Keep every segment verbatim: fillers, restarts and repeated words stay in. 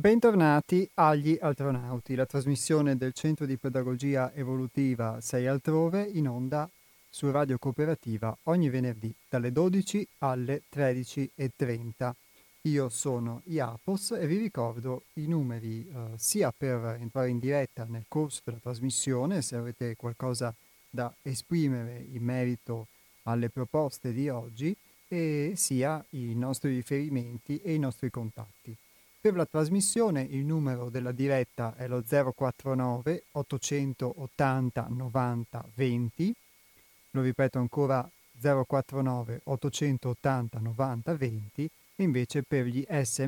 Bentornati agli Altronauti, la trasmissione del Centro di Pedagogia Evolutiva sei altrove, in onda su Radio Cooperativa ogni venerdì dalle dodici alle tredici e trenta. Io sono Iapos e vi ricordo i numeri eh, sia per entrare in diretta nel corso della trasmissione, se avete qualcosa da esprimere in merito alle proposte di oggi, e sia i nostri riferimenti e i nostri contatti. Per la trasmissione il numero della diretta è lo zero quattro nove ottocentottanta novanta venti, lo ripeto ancora zero quattro nove ottocentottanta novanta venti, e invece per gli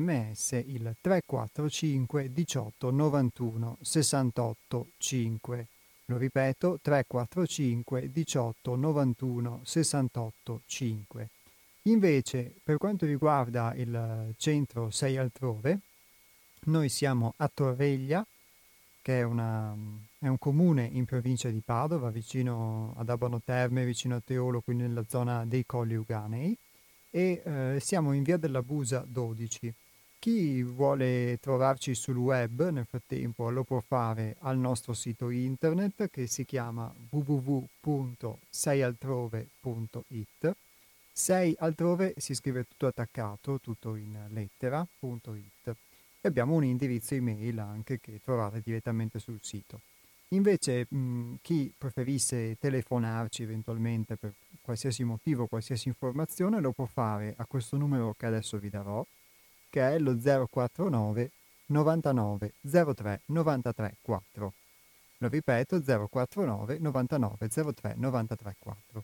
sms il tre quattro cinque diciotto novantuno sessantotto cinque, lo ripeto tre quattro cinque diciotto novantuno sessantotto cinque. Invece, per quanto riguarda il centro sei altrove, noi siamo a Torreglia, che è, una, è un comune in provincia di Padova, vicino ad Abano Terme, vicino a Teolo, quindi nella zona dei Colli Euganei, e eh, siamo in via della Busa dodici. Chi vuole trovarci sul web nel frattempo lo può fare al nostro sito internet, che si chiama w w w punto sei altrove punto i t. sei altrove si scrive tutto attaccato, tutto in lettera, punto it. E abbiamo un indirizzo email anche che trovate direttamente sul sito. Invece mh, chi preferisse telefonarci eventualmente per qualsiasi motivo, qualsiasi informazione, lo può fare a questo numero che adesso vi darò, che è lo zero quattro nove novantanove zero tre novantatré quattro. Lo ripeto, zero quattro nove novantanove zero tre novantatré quattro.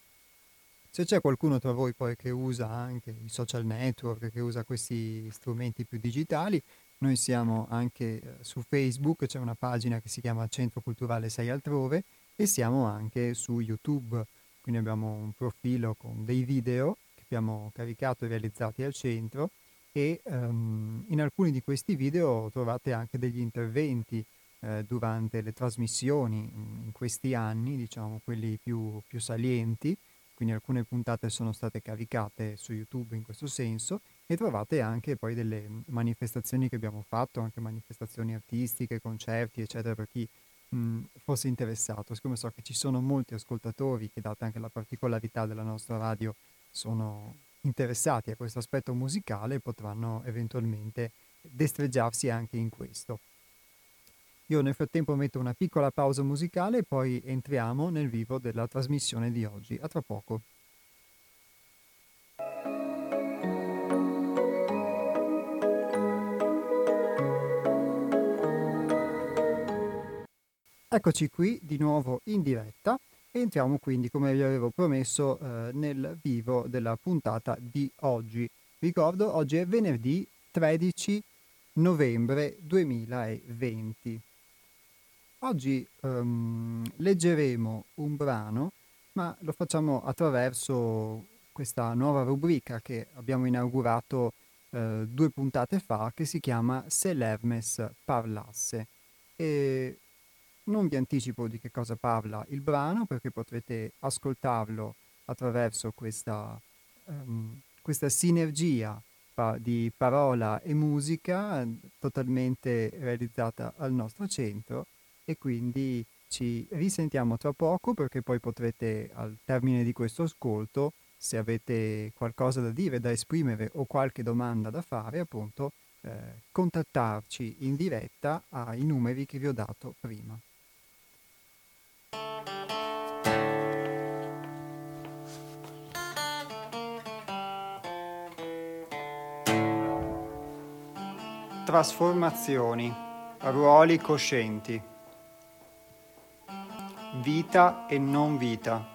Se c'è qualcuno tra voi poi che usa anche i social network, che usa questi strumenti più digitali, noi siamo anche eh, su Facebook, c'è una pagina che si chiama Centro Culturale sei altrove, e siamo anche su YouTube, quindi abbiamo un profilo con dei video che abbiamo caricato e realizzati al centro, e um, in alcuni di questi video trovate anche degli interventi eh, durante le trasmissioni in questi anni, diciamo quelli più, più salienti. Quindi alcune puntate sono state caricate su YouTube in questo senso, e trovate anche poi delle manifestazioni che abbiamo fatto, anche manifestazioni artistiche, concerti, eccetera, per chi mh, fosse interessato. Siccome so che ci sono molti ascoltatori che, data anche la particolarità della nostra radio, sono interessati a questo aspetto musicale, potranno eventualmente destreggiarsi anche in questo. Io nel frattempo metto una piccola pausa musicale e poi entriamo nel vivo della trasmissione di oggi. A tra poco. Eccoci qui di nuovo in diretta e entriamo quindi, come vi avevo promesso, eh, nel vivo della puntata di oggi. Ricordo, oggi è venerdì tredici novembre duemilaventi. Oggi um, leggeremo un brano, ma lo facciamo attraverso questa nuova rubrica che abbiamo inaugurato eh, due puntate fa, che si chiama Se l'Hermes parlasse. E non vi anticipo di che cosa parla il brano, perché potrete ascoltarlo attraverso questa, um, questa sinergia pa- di parola e musica eh, totalmente realizzata al nostro centro. E quindi ci risentiamo tra poco, perché poi potrete, al termine di questo ascolto, se avete qualcosa da dire, da esprimere o qualche domanda da fare, appunto, eh, contattarci in diretta ai numeri che vi ho dato prima. Trasformazioni, ruoli coscienti. Vita e non vita.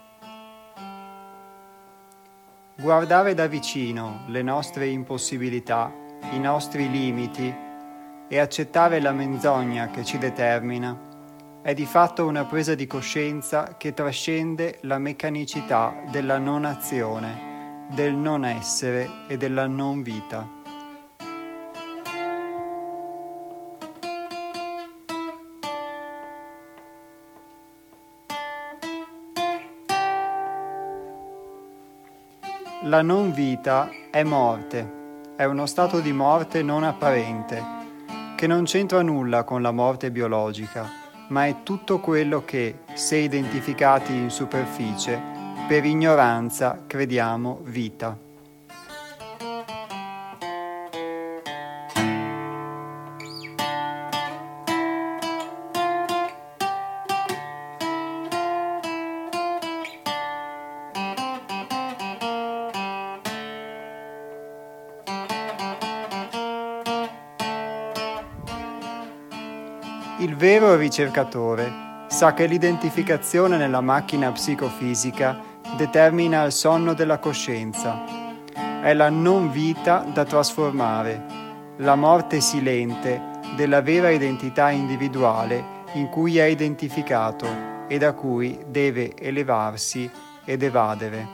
Guardare da vicino le nostre impossibilità, i nostri limiti, e accettare la menzogna che ci determina è di fatto una presa di coscienza che trascende la meccanicità della non azione, del non essere e della non vita. La non vita è morte, è uno stato di morte non apparente, che non c'entra nulla con la morte biologica, ma è tutto quello che, se identificati in superficie, per ignoranza crediamo vita. Il vero ricercatore sa che l'identificazione nella macchina psicofisica determina il sonno della coscienza. È la non vita da trasformare, la morte silente della vera identità individuale in cui è identificato e da cui deve elevarsi ed evadere.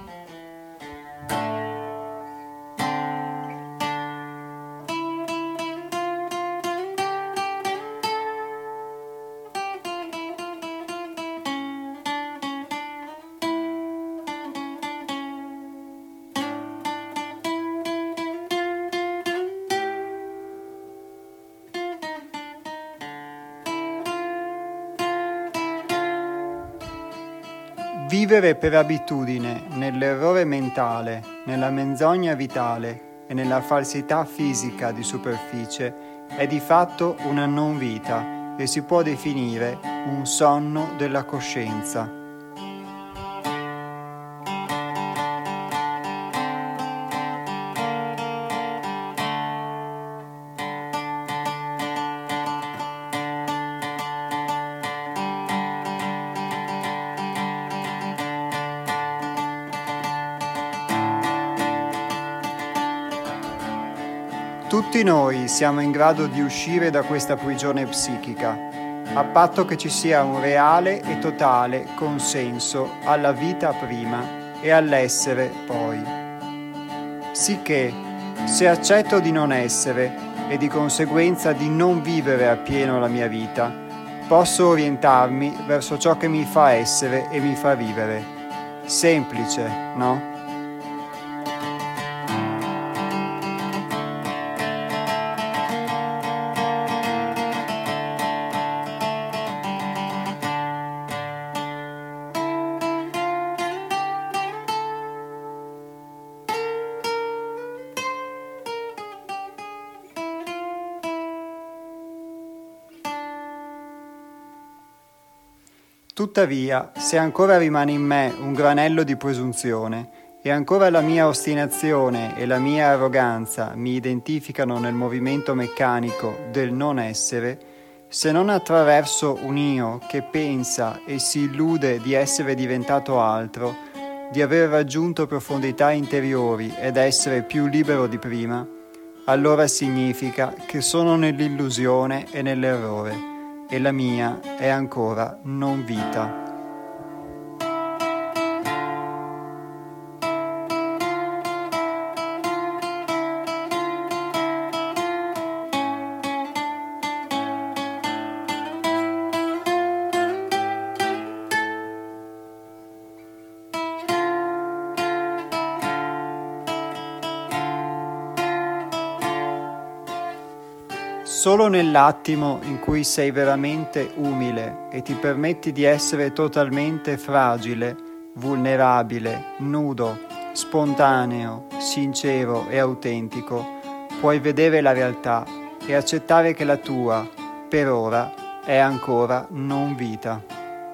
Vivere per abitudine nell'errore mentale, nella menzogna vitale e nella falsità fisica di superficie è di fatto una non vita e si può definire un sonno della coscienza. Tutti noi siamo in grado di uscire da questa prigione psichica, a patto che ci sia un reale e totale consenso alla vita prima e all'essere poi. Sicché, se accetto di non essere e di conseguenza di non vivere appieno la mia vita, posso orientarmi verso ciò che mi fa essere e mi fa vivere. Semplice, no? Tuttavia, se ancora rimane in me un granello di presunzione e ancora la mia ostinazione e la mia arroganza mi identificano nel movimento meccanico del non essere, se non attraverso un io che pensa e si illude di essere diventato altro, di aver raggiunto profondità interiori ed essere più libero di prima, allora significa che sono nell'illusione e nell'errore. E la mia è ancora non vita. Solo nell'attimo in cui sei veramente umile e ti permetti di essere totalmente fragile, vulnerabile, nudo, spontaneo, sincero e autentico, puoi vedere la realtà e accettare che la tua, per ora, è ancora non vita.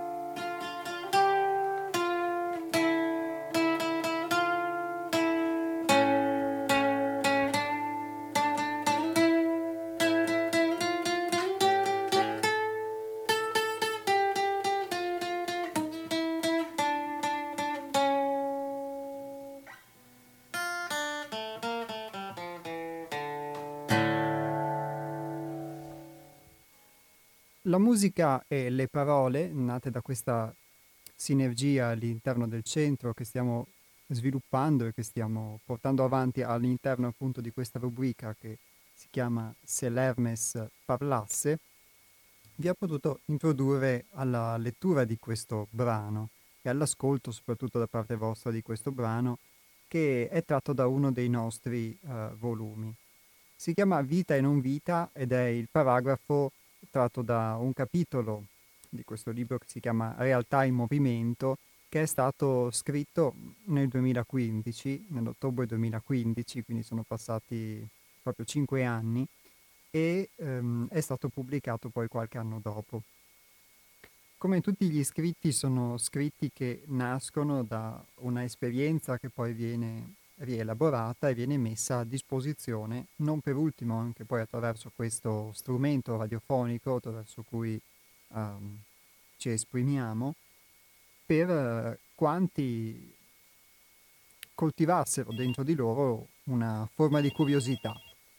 La musica e le parole, nate da questa sinergia all'interno del centro che stiamo sviluppando e che stiamo portando avanti all'interno appunto di questa rubrica che si chiama Se l'Hermes parlasse, vi ha potuto introdurre alla lettura di questo brano e all'ascolto soprattutto da parte vostra di questo brano che è tratto da uno dei nostri uh, volumi. Si chiama Vita e non vita ed è il paragrafo tratto da un capitolo di questo libro che si chiama Realtà in movimento, che è stato scritto nel duemilaquindici, nell'ottobre duemilaquindici, quindi sono passati proprio cinque anni, e ehm, è stato pubblicato poi qualche anno dopo. Come tutti gli scritti, sono scritti che nascono da una esperienza che poi viene rielaborata e viene messa a disposizione, non per ultimo anche poi attraverso questo strumento radiofonico attraverso cui ehm, ci esprimiamo, per eh, quanti coltivassero dentro di loro una forma di curiosità.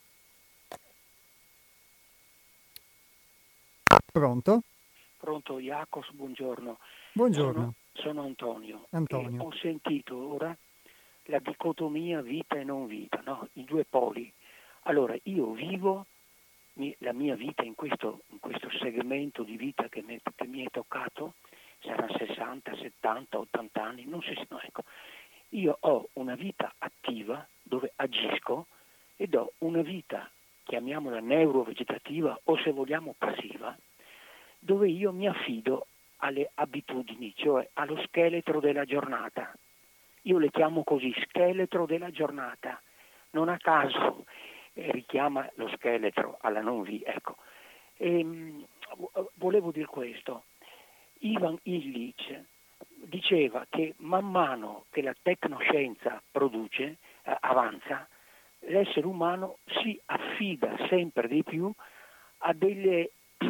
Pronto? Pronto, Iacos, buongiorno. Sono, Buongiorno, sono Antonio e Antonio. ho sentito ora la dicotomia vita e non vita, no? I due poli. Allora, io vivo mi- la mia vita in questo, in questo segmento di vita che mi, che mi è toccato, saranno sessanta, settanta, ottanta anni, non so se no, ecco. Io ho una vita attiva dove agisco ed ho una vita, chiamiamola neurovegetativa o se vogliamo passiva, dove io mi affido alle abitudini, cioè allo scheletro della giornata. Io le chiamo così, scheletro della giornata. Non a caso eh, richiama lo scheletro alla non vi, ecco. Ehm, volevo dire questo. Ivan Illich diceva che man mano che la tecnoscienza produce, eh, avanza, l'essere umano si affida sempre di più a delle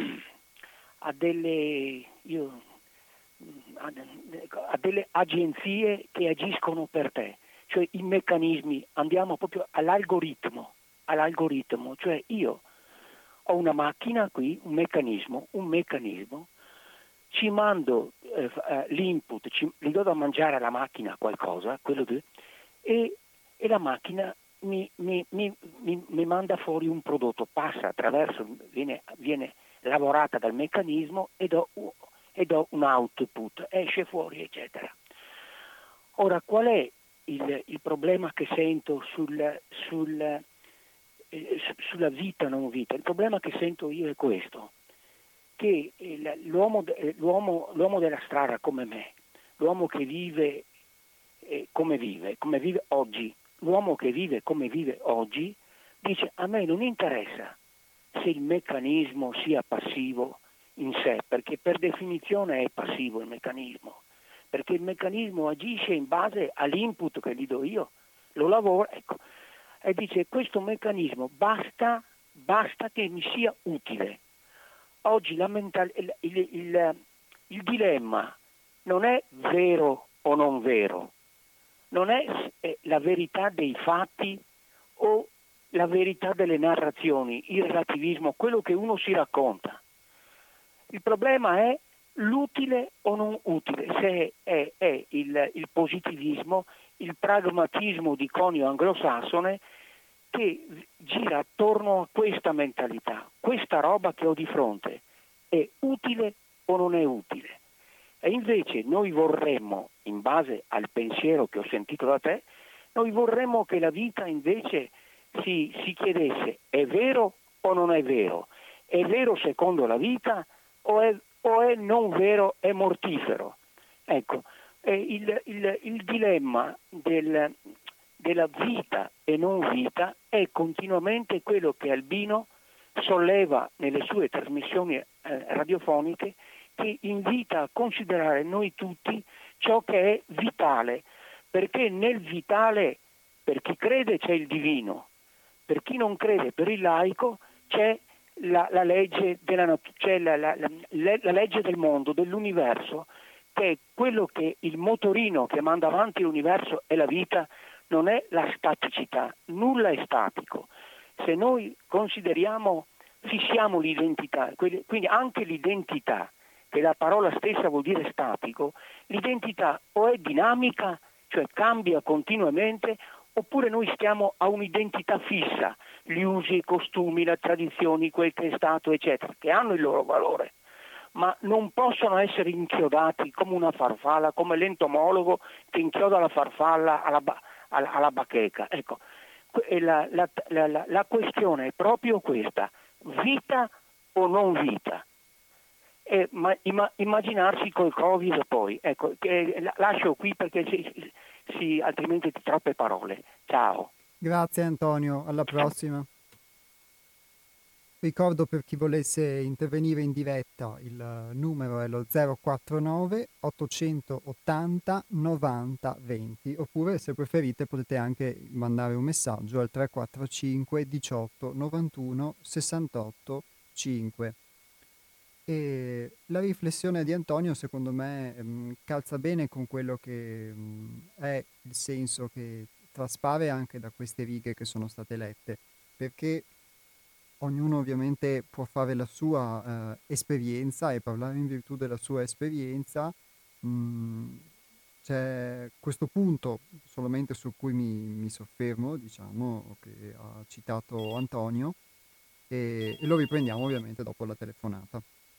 a delle, io, a, a delle agenzie che agiscono per te, cioè i meccanismi, andiamo proprio all'algoritmo, all'algoritmo, cioè io ho una macchina qui, un meccanismo, un meccanismo, ci mando eh, l'input, ci, gli do da mangiare alla macchina qualcosa, quello di, e, e la macchina mi, mi, mi, mi, mi manda fuori un prodotto, passa attraverso, viene, viene lavorata dal meccanismo e do, e do un output, esce fuori, eccetera. Ora, qual è il, il problema che sento sul, sul, eh, sulla vita non vita? Il problema che sento io è questo, che l'uomo, l'uomo, l'uomo della strada come me, l'uomo che vive eh, come vive, come vive oggi, l'uomo che vive come vive oggi, dice a me non interessa se il meccanismo sia passivo in sé, perché per definizione è passivo il meccanismo, perché il meccanismo agisce in base all'input che gli do io, lo lavora, ecco, e dice questo meccanismo basta, basta che mi sia utile. Oggi la mental- il, il, il, il dilemma non è vero o non vero, non è la verità dei fatti o la verità delle narrazioni, il relativismo, quello che uno si racconta. Il problema è l'utile o non utile, se è, è il, il positivismo, il pragmatismo di conio anglosassone che gira attorno a questa mentalità, questa roba che ho di fronte è utile o non è utile. E invece noi vorremmo, in base al pensiero che ho sentito da te, noi vorremmo che la vita invece si, si chiedesse è vero o non è vero? È vero secondo la vita o è, o è non vero, è mortifero? Ecco, eh, il, il, il dilemma del, della vita e non vita è continuamente quello che Albino solleva nelle sue trasmissioni eh, radiofoniche, che invita a considerare noi tutti ciò che è vitale, perché nel vitale per chi crede c'è il divino, per chi non crede, per il laico, c'è la, la legge della nat- c'è la, la, la, la legge del mondo, dell'universo, che è quello che il motorino che manda avanti l'universo è la vita, non è la staticità, nulla è statico. Se noi consideriamo, fissiamo l'identità, quindi anche l'identità, che la parola stessa vuol dire statico, l'identità o è dinamica, cioè cambia continuamente, oppure noi stiamo a un'identità fissa, gli usi, i costumi, le tradizioni, quel che è stato, eccetera, che hanno il loro valore, ma non possono essere inchiodati come una farfalla, come l'entomologo che inchioda la farfalla alla, ba- alla, alla bacheca. Ecco, la, la, la, la, la questione è proprio questa: vita o non vita? Eh, ma, ima, immaginarsi col Covid poi. Ecco, che, lascio qui perché si, si, altrimenti troppe parole. Ciao. Grazie Antonio, alla prossima. Ricordo per chi volesse intervenire in diretta, il numero è lo zero quattro nove ottocentottanta novanta venti, oppure se preferite potete anche mandare un messaggio al tre quattro cinque diciotto novantuno sessantotto cinque. E la riflessione di Antonio secondo me mh, calza bene con quello che mh, è il senso che traspare anche da queste righe che sono state lette, perché ognuno ovviamente può fare la sua eh, esperienza e parlare in virtù della sua esperienza. Mm, c'è questo punto solamente su cui mi, mi soffermo, diciamo, che ha citato Antonio, e, e lo riprendiamo ovviamente dopo la telefonata.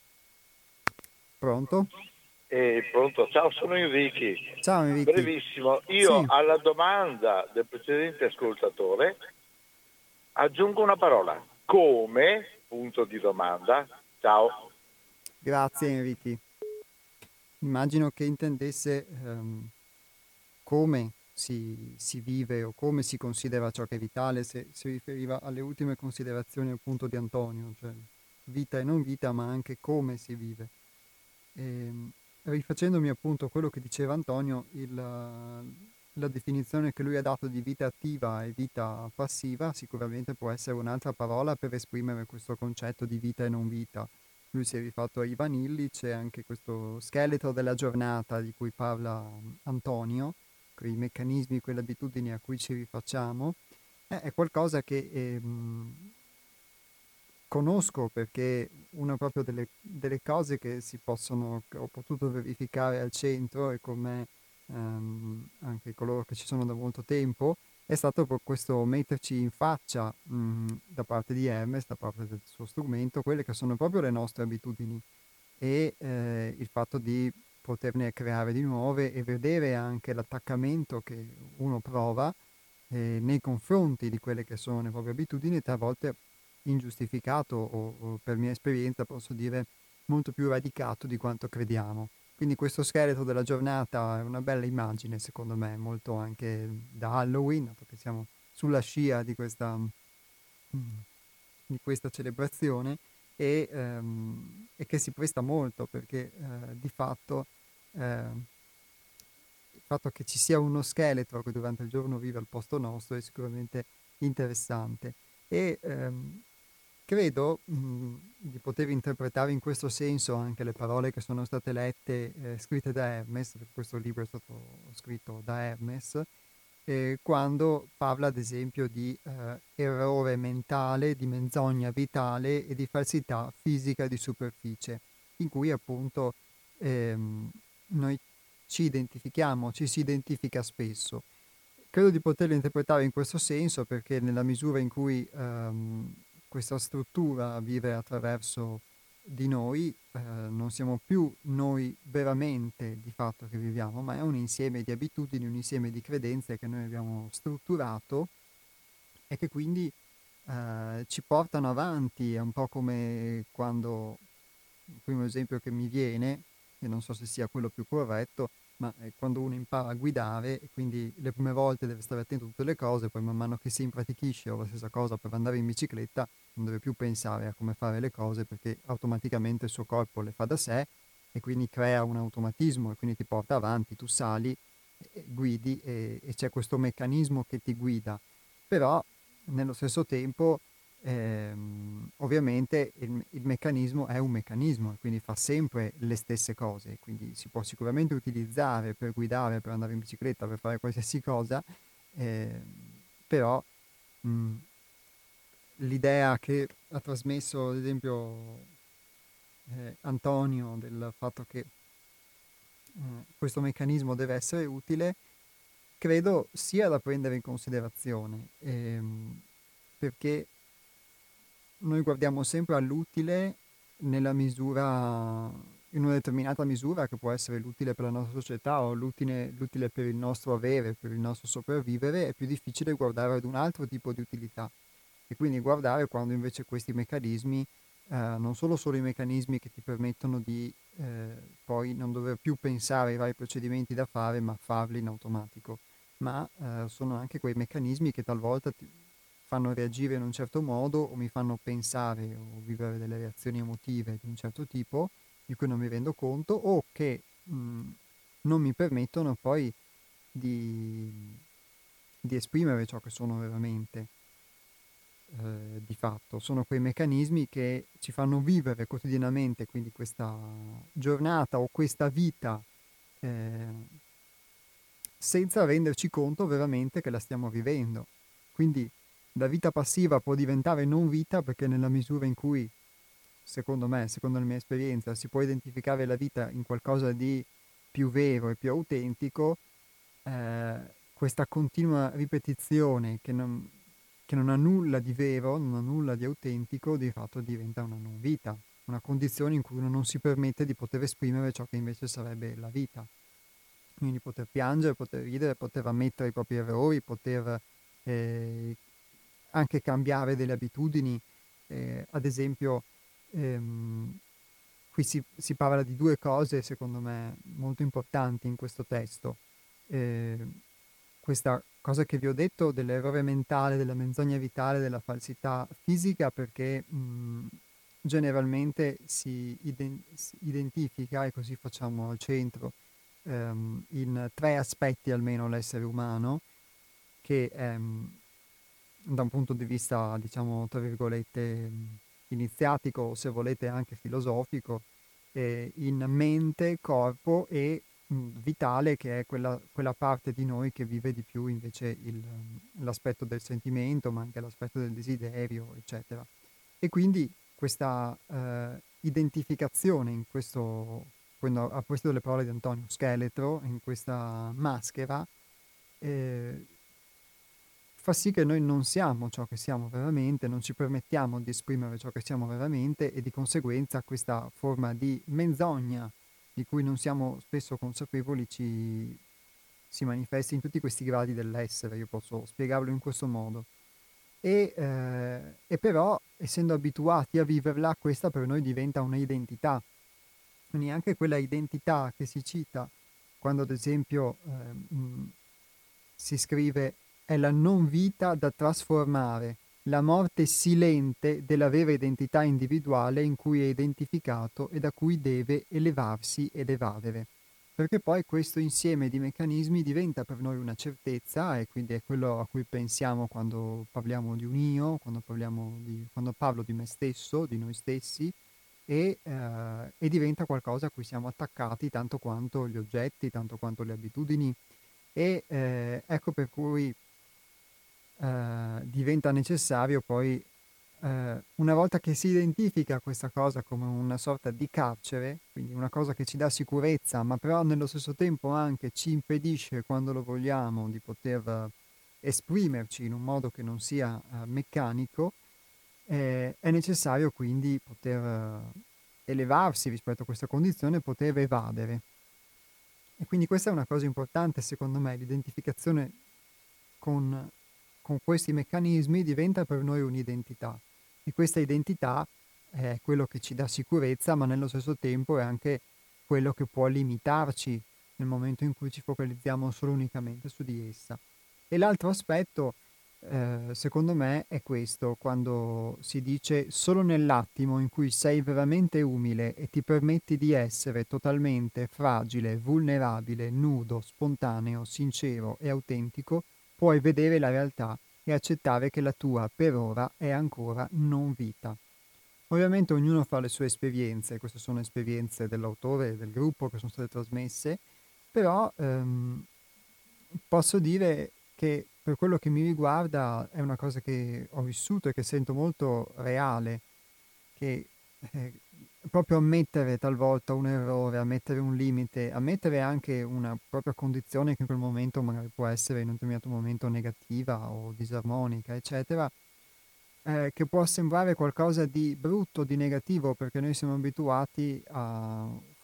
Pronto? Eh, pronto, ciao, sono Enrico. Ciao Enrico. Brevissimo, io Sì. alla domanda del precedente ascoltatore aggiungo una parola: come, punto di domanda. Ciao. Grazie Enrico. Immagino che intendesse ehm, come si, si vive o come si considera ciò che è vitale, se si riferiva alle ultime considerazioni appunto di Antonio, cioè vita e non vita, ma anche come si vive. E, rifacendomi appunto a quello che diceva Antonio, il, la definizione che lui ha dato di vita attiva e vita passiva sicuramente può essere un'altra parola per esprimere questo concetto di vita e non vita. Lui si è rifatto a Ivan Illich, c'è anche questo scheletro della giornata di cui parla Antonio, quei meccanismi, quelle abitudini a cui ci rifacciamo. Eh, è qualcosa che ehm, conosco perché una proprio delle, delle cose che si possono, che ho potuto verificare al centro e con me ehm, anche coloro che ci sono da molto tempo, è stato per questo metterci in faccia mh, da parte di Hermes, da parte del suo strumento, quelle che sono proprio le nostre abitudini e eh, il fatto di poterne creare di nuove e vedere anche l'attaccamento che uno prova eh, nei confronti di quelle che sono le proprie abitudini, tre volte ingiustificato o, o per mia esperienza posso dire molto più radicato di quanto crediamo. Quindi questo scheletro della giornata è una bella immagine, secondo me, molto anche da Halloween, dato che siamo sulla scia di questa, di questa celebrazione e, ehm, e che si presta molto perché eh, di fatto eh, il fatto che ci sia uno scheletro che durante il giorno vive al posto nostro è sicuramente interessante. E ehm, credo mh, di poter interpretare in questo senso anche le parole che sono state lette, eh, scritte da Hermes, perché questo libro è stato scritto da Hermes, eh, quando parla ad esempio di eh, errore mentale, di menzogna vitale e di falsità fisica di superficie, in cui appunto ehm, noi ci identifichiamo, ci si identifica spesso. Credo di poterlo interpretare in questo senso perché nella misura in cui ehm, questa struttura vive attraverso di noi, eh, non siamo più noi veramente di fatto che viviamo, ma è un insieme di abitudini, un insieme di credenze che noi abbiamo strutturato e che quindi eh, ci portano avanti. È un po' come quando, il primo esempio che mi viene, e non so se sia quello più corretto, ma è quando uno impara a guidare e quindi le prime volte deve stare attento a tutte le cose, poi man mano che si impratichisce o la stessa cosa per andare in bicicletta non deve più pensare a come fare le cose perché automaticamente il suo corpo le fa da sé e quindi crea un automatismo e quindi ti porta avanti, tu sali, e guidi e, e c'è questo meccanismo che ti guida. Però nello stesso tempo ehm, ovviamente il, il meccanismo è un meccanismo e quindi fa sempre le stesse cose, quindi si può sicuramente utilizzare per guidare, per andare in bicicletta, per fare qualsiasi cosa, eh, però mh, l'idea che ha trasmesso ad esempio eh, Antonio del fatto che eh, questo meccanismo deve essere utile, credo sia da prendere in considerazione, ehm, perché noi guardiamo sempre all'utile nella misura in una determinata misura che può essere l'utile per la nostra società o l'utile, l'utile per il nostro avere, per il nostro sopravvivere, è più difficile guardare ad un altro tipo di utilità. E quindi guardare quando invece questi meccanismi, eh, non solo sono i meccanismi che ti permettono di eh, poi non dover più pensare ai vari procedimenti da fare, ma farli in automatico, ma eh, sono anche quei meccanismi che talvolta ti fanno reagire in un certo modo o mi fanno pensare o vivere delle reazioni emotive di un certo tipo di cui non mi rendo conto o che mh, non mi permettono poi di, di esprimere ciò che sono veramente. Eh, di fatto sono quei meccanismi che ci fanno vivere quotidianamente, quindi questa giornata o questa vita eh, senza renderci conto veramente che la stiamo vivendo. Quindi la vita passiva può diventare non vita perché nella misura in cui, secondo me, secondo la mia esperienza, si può identificare la vita in qualcosa di più vero e più autentico, eh, questa continua ripetizione che non, che non ha nulla di vero, non ha nulla di autentico, di fatto diventa una non vita, una condizione in cui uno non si permette di poter esprimere ciò che invece sarebbe la vita. Quindi poter piangere, poter ridere, poter ammettere i propri errori, poter eh, anche cambiare delle abitudini. Eh, ad esempio, ehm, qui si, si parla di due cose, secondo me, molto importanti in questo testo. Eh, questa cosa che vi ho detto dell'errore mentale, della menzogna vitale, della falsità fisica, perché mh, generalmente si, iden- si identifica, e così facciamo al centro, ehm, in tre aspetti almeno l'essere umano, che ehm, da un punto di vista, diciamo, tra virgolette, iniziatico, o se volete anche filosofico, eh, in mente, corpo e mh, vitale, che è quella, quella parte di noi che vive di più invece il, l'aspetto del sentimento, ma anche l'aspetto del desiderio, eccetera. E quindi questa eh, identificazione in questo, quando ha questo delle parole di Antonio, scheletro, in questa maschera, eh, fa sì che noi non siamo ciò che siamo veramente, non ci permettiamo di esprimere ciò che siamo veramente e di conseguenza questa forma di menzogna di cui non siamo spesso consapevoli ci, si manifesta in tutti questi gradi dell'essere, io posso spiegarlo in questo modo. E, eh, e però, essendo abituati a viverla, questa per noi diventa una identità. Quindi anche quella identità che si cita quando ad esempio eh, mh, si scrive è la non vita da trasformare, la morte silente della vera identità individuale in cui è identificato e da cui deve elevarsi ed evadere. Perché poi questo insieme di meccanismi diventa per noi una certezza e quindi è quello a cui pensiamo quando parliamo di un io, quando, parliamo di, quando parlo di me stesso, di noi stessi, e, eh, e diventa qualcosa a cui siamo attaccati tanto quanto gli oggetti, tanto quanto le abitudini. E eh, ecco per cui eh, diventa necessario poi, eh, una volta che si identifica questa cosa come una sorta di carcere, quindi una cosa che ci dà sicurezza, ma però nello stesso tempo anche ci impedisce, quando lo vogliamo, di poter eh, esprimerci in un modo che non sia eh, meccanico, eh, è necessario quindi poter eh, elevarsi rispetto a questa condizione e poter evadere. E quindi questa è una cosa importante, secondo me, l'identificazione con, con questi meccanismi diventa per noi un'identità. E questa identità è quello che ci dà sicurezza, ma nello stesso tempo è anche quello che può limitarci nel momento in cui ci focalizziamo solo unicamente su di essa. E l'altro aspetto, eh, secondo me, è questo, quando si dice solo nell'attimo in cui sei veramente umile e ti permetti di essere totalmente fragile, vulnerabile, nudo, spontaneo, sincero e autentico, puoi vedere la realtà e accettare che la tua per ora è ancora non vita. Ovviamente ognuno fa le sue esperienze, queste sono esperienze dell'autore e del gruppo che sono state trasmesse, però ehm, posso dire che per quello che mi riguarda è una cosa che ho vissuto e che sento molto reale, che eh, proprio ammettere talvolta un errore, ammettere un limite, ammettere anche una propria condizione che in quel momento magari può essere in un determinato momento negativa o disarmonica, eccetera, eh, che può sembrare qualcosa di brutto, di negativo, perché noi siamo abituati a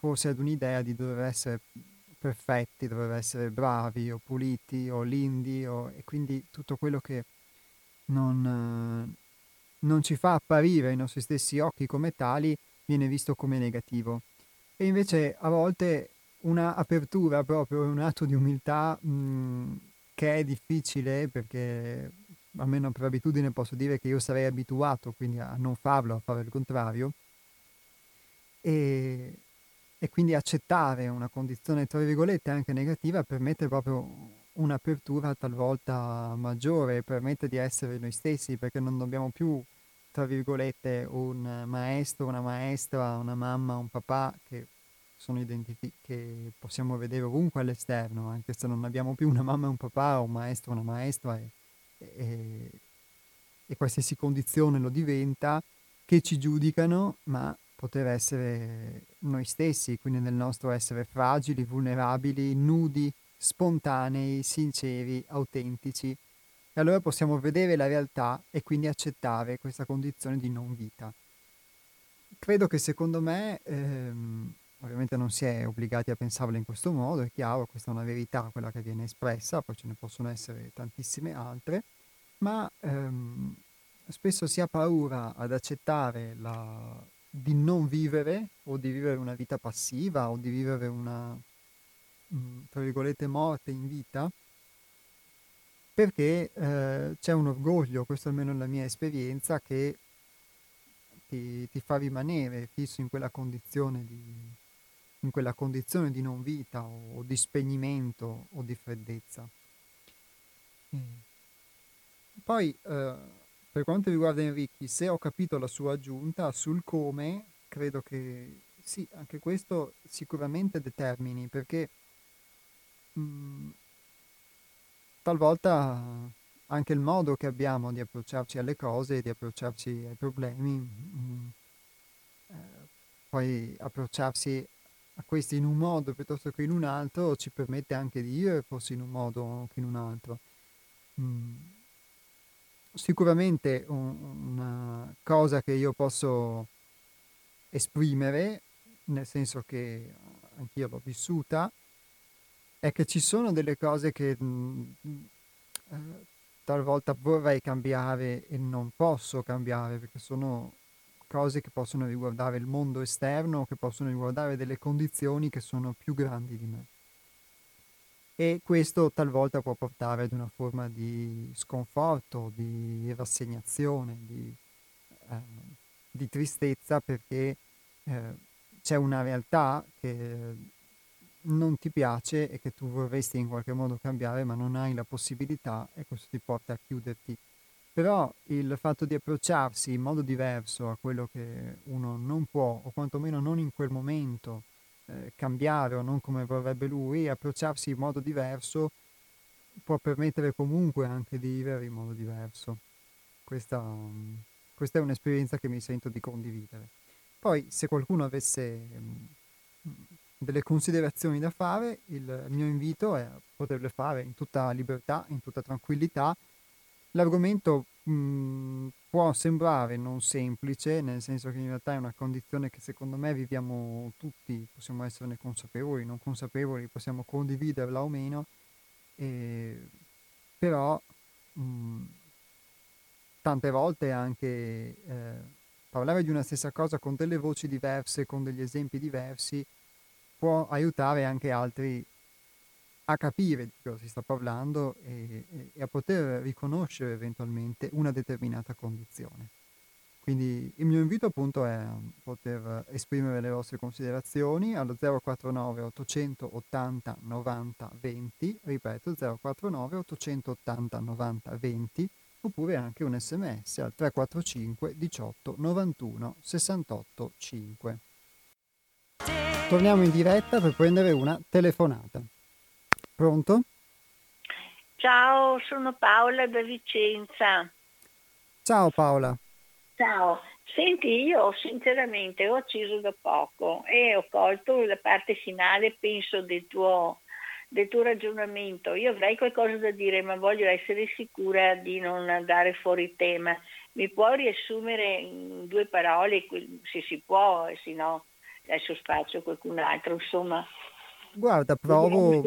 forse ad un'idea di dover essere perfetti, dover essere bravi o puliti o lindi, o, e quindi tutto quello che non, eh, non ci fa apparire ai nostri stessi occhi come tali viene visto come negativo. E invece a volte una apertura, proprio un atto di umiltà mh, che è difficile, perché almeno per abitudine posso dire che io sarei abituato quindi a non farlo, a fare il contrario, e, e quindi accettare una condizione tra virgolette anche negativa permette proprio un'apertura talvolta maggiore, permette di essere noi stessi, perché non dobbiamo più, tra virgolette, un maestro, una maestra, una mamma, un papà che sono identifi- che possiamo vedere ovunque all'esterno, anche se non abbiamo più una mamma e un papà, o un maestro o una maestra, e, e, e qualsiasi condizione lo diventa, che ci giudicano, ma poter essere noi stessi, quindi nel nostro essere fragili, vulnerabili, nudi, spontanei, sinceri, autentici. E allora possiamo vedere la realtà e quindi accettare questa condizione di non vita. Credo che secondo me, ehm, ovviamente non si è obbligati a pensarla in questo modo, è chiaro, questa è una verità, quella che viene espressa, poi ce ne possono essere tantissime altre, ma ehm, spesso si ha paura ad accettare la, di non vivere o di vivere una vita passiva o di vivere una, mh, tra virgolette, morte in vita, perché eh, c'è un orgoglio, questo almeno è la mia esperienza, che ti, ti fa rimanere fisso in quella condizione di, in quella condizione di non vita o, o di spegnimento o di freddezza. Mm. Poi, eh, per quanto riguarda Enrichi, se ho capito la sua aggiunta sul come, credo che sì, anche questo sicuramente determini, perché mh, talvolta anche il modo che abbiamo di approcciarci alle cose, di approcciarci ai problemi, mh, eh, poi approcciarsi a questi in un modo piuttosto che in un altro ci permette anche di vivere forse in un modo che in un altro. Mm. Sicuramente un- una cosa che io posso esprimere, nel senso che anch'io l'ho vissuta, è che ci sono delle cose che mm, eh, talvolta vorrei cambiare e non posso cambiare, perché sono cose che possono riguardare il mondo esterno, che possono riguardare delle condizioni che sono più grandi di me. E questo talvolta può portare ad una forma di sconforto, di rassegnazione, di, eh, di tristezza, perché eh, c'è una realtà che non ti piace e che tu vorresti in qualche modo cambiare, ma non hai la possibilità, e questo ti porta a chiuderti. Però il fatto di approcciarsi in modo diverso a quello che uno non può, o quantomeno non in quel momento, eh, cambiare o non come vorrebbe lui, approcciarsi in modo diverso può permettere comunque anche di vivere in modo diverso. Questa, mm, questa è un'esperienza che mi sento di condividere. Poi, se qualcuno avesse mm, delle considerazioni da fare, il mio invito è a poterle fare in tutta libertà, in tutta tranquillità. L'argomento mh, può sembrare non semplice, nel senso che in realtà è una condizione che secondo me viviamo tutti, possiamo esserne consapevoli, non consapevoli, possiamo condividerla o meno, e, però mh, tante volte anche eh, parlare di una stessa cosa con delle voci diverse, con degli esempi diversi, può aiutare anche altri a capire di cosa si sta parlando e, e- e a poter riconoscere eventualmente una determinata condizione. Quindi il mio invito appunto è a poter esprimere le vostre considerazioni allo zero quattro nove ottocentottanta novanta venti, ripeto zero quattro nove ottocentottanta novanta venti, oppure anche un sms al tre quattro cinque diciotto novantuno sessantotto cinque. Torniamo in diretta per prendere una telefonata. Pronto? Ciao, sono Paola da Vicenza. Ciao Paola. Ciao, senti, io sinceramente ho acceso da poco e ho colto la parte finale, penso, del tuo, del tuo ragionamento. Io avrei qualcosa da dire, ma voglio essere sicura di non andare fuori tema. Mi puoi riassumere in due parole, se si può, se no, adesso spazio a qualcun altro, insomma. Guarda, provo,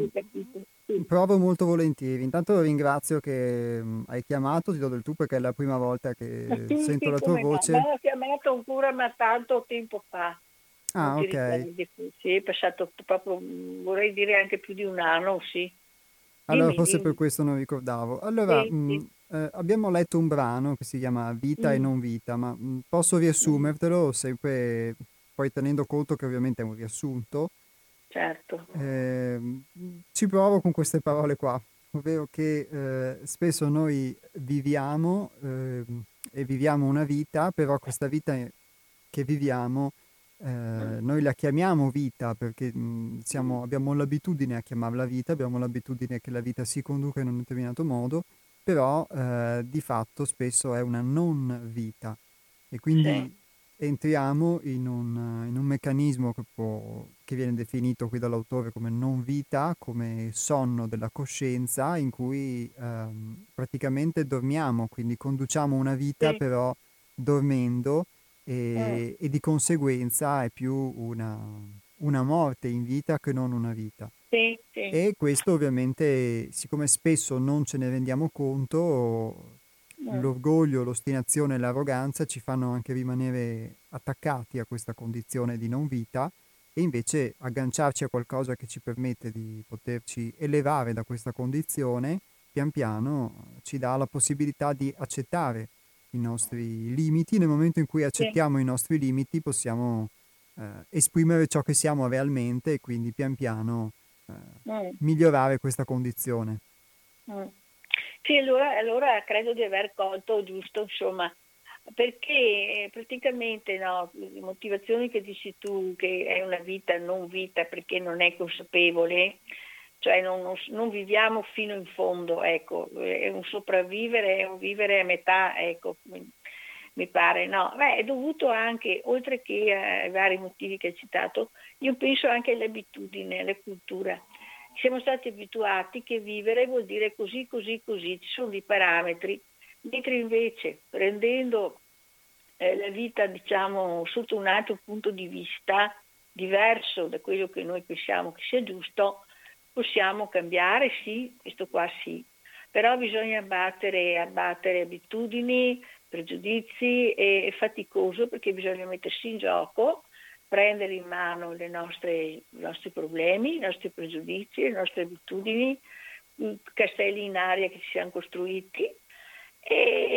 provo molto volentieri. Intanto ringrazio che mh, hai chiamato, ti do del tu perché è la prima volta che Sì, sento sì, la tua come no, voce. ma ho chiamato ancora ma tanto tempo fa, non Ah, ti ok. ricordi? Sì, è passato proprio, vorrei dire anche più di un anno, sì. Allora, Dimmi, forse per dimmi. questo non ricordavo. Allora, Sì, sì. mh, eh, abbiamo letto un brano che si chiama Vita e Mm, non vita, ma mh, posso mm, riassumertelo sempre, poi tenendo conto che ovviamente è un riassunto. certo. Ehm, ci provo con queste parole qua, ovvero che eh, spesso noi viviamo ehm, e viviamo una vita, però questa vita che viviamo eh, Mm, noi la chiamiamo vita perché mh, siamo- abbiamo l'abitudine a chiamarla vita, abbiamo l'abitudine che la vita si conduca in un determinato modo, però eh, di fatto spesso è una non vita e sì, quindi entriamo in un, in un meccanismo che, può- che viene definito qui dall'autore come non vita, come sonno della coscienza, in cui ehm, praticamente dormiamo, quindi conduciamo una vita sì, però dormendo mm, e, e di conseguenza è più una, una morte in vita che non una vita. sì, sì. E questo ovviamente, siccome spesso non ce ne rendiamo conto, Mm, l'orgoglio, l'ostinazione e l'arroganza ci fanno anche rimanere attaccati a questa condizione di non vita e invece agganciarci a qualcosa che ci permette di poterci elevare da questa condizione, pian piano ci dà la possibilità di accettare i nostri limiti. Nel momento in cui sì, accettiamo i nostri limiti possiamo eh, esprimere ciò che siamo realmente e quindi pian piano eh, mm, migliorare questa condizione. mm. Sì, allora, allora credo di aver colto giusto, insomma, perché eh, praticamente no, le motivazioni che dici tu, che è una vita non vita perché non è consapevole, cioè non, non- non viviamo fino in fondo, ecco, è un sopravvivere, è un vivere a metà, ecco, mi, mi pare, no, beh, è dovuto anche, oltre che ai vari motivi che hai citato, io penso anche all'abitudine, alla cultura. Siamo stati abituati che vivere vuol dire così, così, così, ci sono dei parametri, mentre invece prendendo eh, la vita, diciamo, sotto un altro punto di vista, diverso da quello che noi pensiamo che sia giusto, possiamo cambiare, sì, questo qua sì, però bisogna abbattere, abbattere abitudini, pregiudizi, e è faticoso perché bisogna mettersi in gioco, prendere in mano le nostre, i nostri problemi, i nostri pregiudizi, le nostre abitudini, i castelli in aria che ci siamo costruiti. E,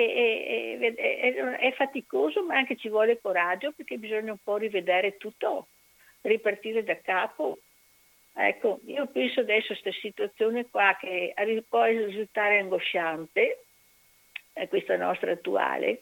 e- e- e- è faticoso, ma anche ci vuole coraggio perché bisogna un po' rivedere tutto, ripartire da capo. Ecco, io penso adesso a questa situazione qua che arri- può risultare angosciante, è questa nostra attuale,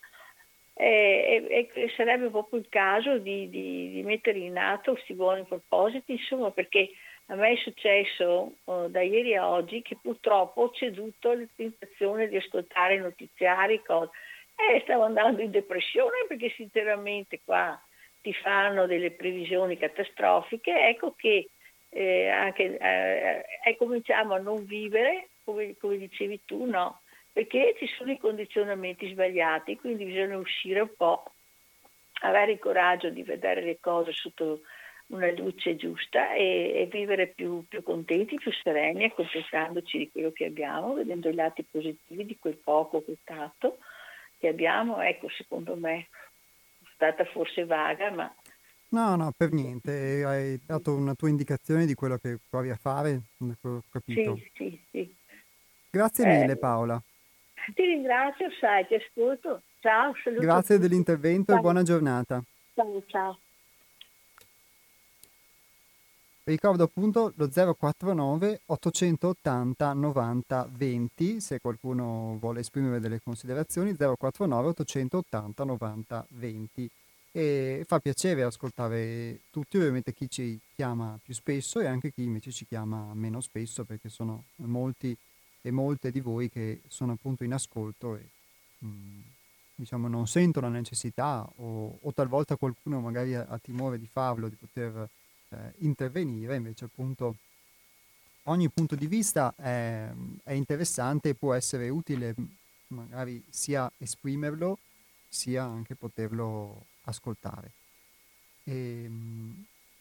e, e- e sarebbe proprio il caso di, di- di mettere in atto questi buoni propositi, insomma, perché a me è successo oh, da ieri a oggi che purtroppo ho ceduto alla tentazione di ascoltare i notiziari, cose. E stavo andando in depressione perché sinceramente qua ti fanno delle previsioni catastrofiche, ecco che eh, anche, eh, eh, cominciamo a non vivere, come, come dicevi tu, no? Perché ci sono i condizionamenti sbagliati, quindi bisogna uscire un po', avere il coraggio di vedere le cose sotto una luce giusta e, e vivere più, più contenti, più sereni, accontentandoci di quello che abbiamo, vedendo i lati positivi di quel poco, quel tanto che abbiamo. Ecco, secondo me è stata forse vaga, ma No, no, per niente, hai dato una tua indicazione di quello che provi a fare, da quello che ho capito. sì, sì, sì. Grazie mille Eh, Paola, ti ringrazio, sai, ti ascolto. Ciao, saluto a grazie tutti. dell'intervento e Ciao, buona giornata. ciao, ciao. Ricordo appunto lo zero quattro nove ottocentottanta novanta venti, se qualcuno vuole esprimere delle considerazioni, zero quattro nove ottocentottanta novanta venti. E fa piacere ascoltare tutti, ovviamente chi ci chiama più spesso e anche chi invece ci chiama meno spesso, perché sono molti e molte di voi che sono appunto in ascolto e mh, diciamo non sentono la necessità o, o talvolta qualcuno magari ha, ha timore di farlo, di poter eh, intervenire, invece appunto ogni punto di vista è, è interessante e può essere utile magari sia esprimerlo sia anche poterlo ascoltare. E,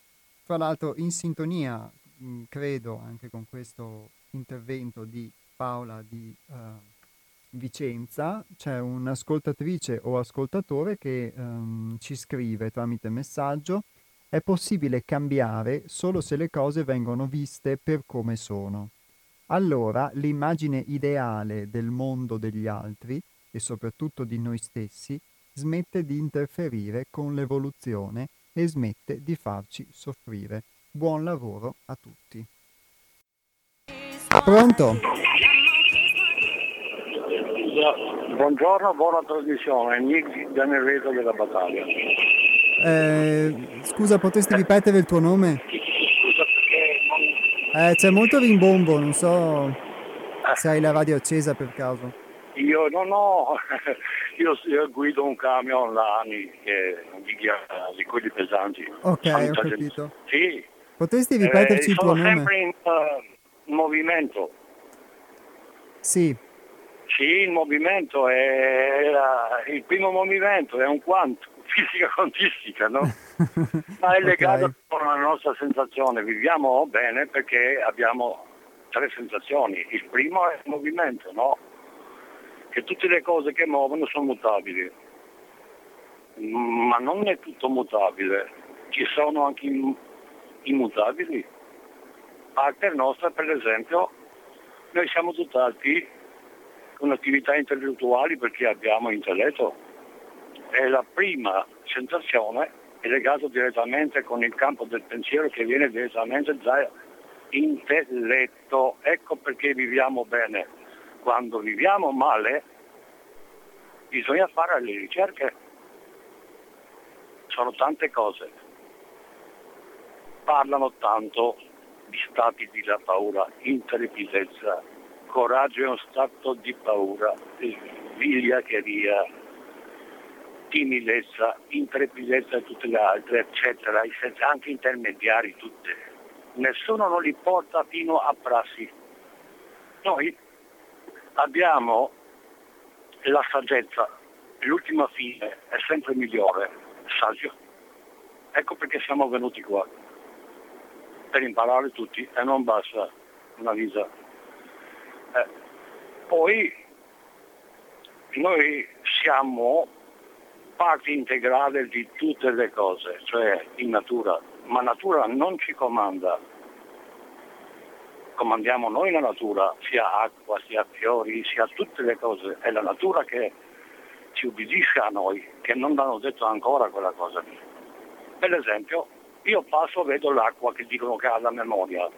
fra l'altro in sintonia, mh, credo, anche con questo intervento di Paola di uh, Vicenza, c'è un'ascoltatrice o ascoltatore che um, ci scrive tramite messaggio: è possibile cambiare solo se le cose vengono viste per come sono. Allora l'immagine ideale del mondo degli altri, e soprattutto di noi stessi, smette di interferire con l'evoluzione e smette di farci soffrire. Buon lavoro a tutti. Pronto? Buongiorno, buona trasmissione. Nick Danereto della Battaglia. Eh, scusa, potresti ripetere il tuo nome? Scusa perché Eh, c'è molto rimbombo, non so se hai la radio accesa per caso. io non ho, io, io guido un camion da anni che di, di quelli pesanti. Ok, Tanta ho gente- capito. Sì. Potresti ripeterci Eh, il tuo sono nome? sempre in uh, movimento. Sì, Sì, il movimento è la- il primo movimento è un quanto, fisica quantistica, no? Ma è legato ok. alla nostra sensazione. Viviamo bene perché abbiamo tre sensazioni. Il primo è il movimento, no? Che tutte le cose che muovono sono mutabili. Ma non è tutto mutabile. Ci sono anche im- immutabili. Parte nostra, per esempio, noi siamo dotati con attività intellettuali perché abbiamo intelletto. E la prima sensazione è legata direttamente con il campo del pensiero che viene direttamente dall'intelletto. Ecco perché viviamo bene. Quando viviamo male bisogna fare le ricerche. Sono tante cose. Parlano tanto di stati di la paura, intrepidezza. Coraggio è uno stato di paura, vigliaccheria, timidezza, intrepidezza e tutte le altre, eccetera, anche intermediari tutte. Nessuno non li porta fino a prassi. Noi abbiamo la saggezza, l'ultima fine è sempre migliore, saggio. Ecco perché siamo venuti qua, per imparare tutti e non basta una vita. Eh, poi noi siamo parte integrale di tutte le cose, cioè in natura, ma natura non ci comanda, comandiamo noi la natura, sia acqua, sia fiori, sia tutte le cose, è la natura che ci ubbidisce a noi, che non hanno detto ancora quella cosa lì. Per esempio, io passo, vedo l'acqua che dicono che ha la memoria,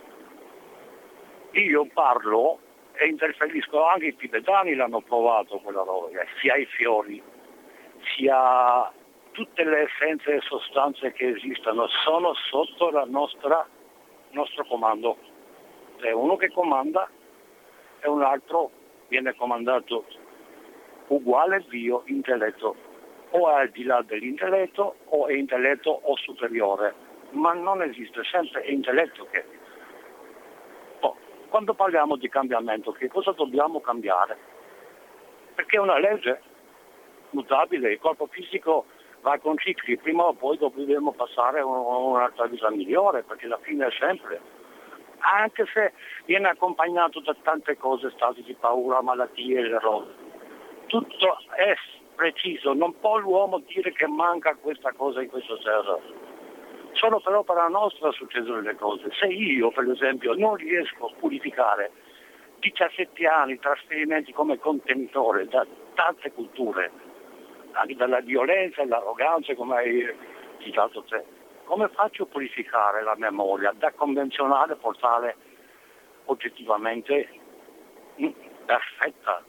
io parlo e interferisco, anche i tibetani l'hanno provato quella roba, sia i fiori, sia tutte le essenze e sostanze che esistono sono sotto la nostra nostro comando. C'è uno che comanda e un altro viene comandato, uguale Dio, intelletto, o è al di là dell'intelletto o è intelletto o superiore, ma non esiste, sempre è intelletto che. Oh, quando parliamo di cambiamento, che cosa dobbiamo cambiare? Perché è una legge mutabile, il corpo fisico va con cicli, prima o poi dobbiamo passare a un'altra vita migliore, perché la fine è sempre, anche se viene accompagnato da tante cose, stati di paura, malattie, errori. Tutto è preciso, non può l'uomo dire che manca questa cosa in questa terra. Solo per opera nostra succedono le cose. Se io, per esempio, non riesco a purificare diciassette anni trasferimenti come contenitore da tante culture, anche dalla violenza, dall'arroganza, come hai citato te, come faccio a purificare la memoria da convenzionale portare oggettivamente perfetta?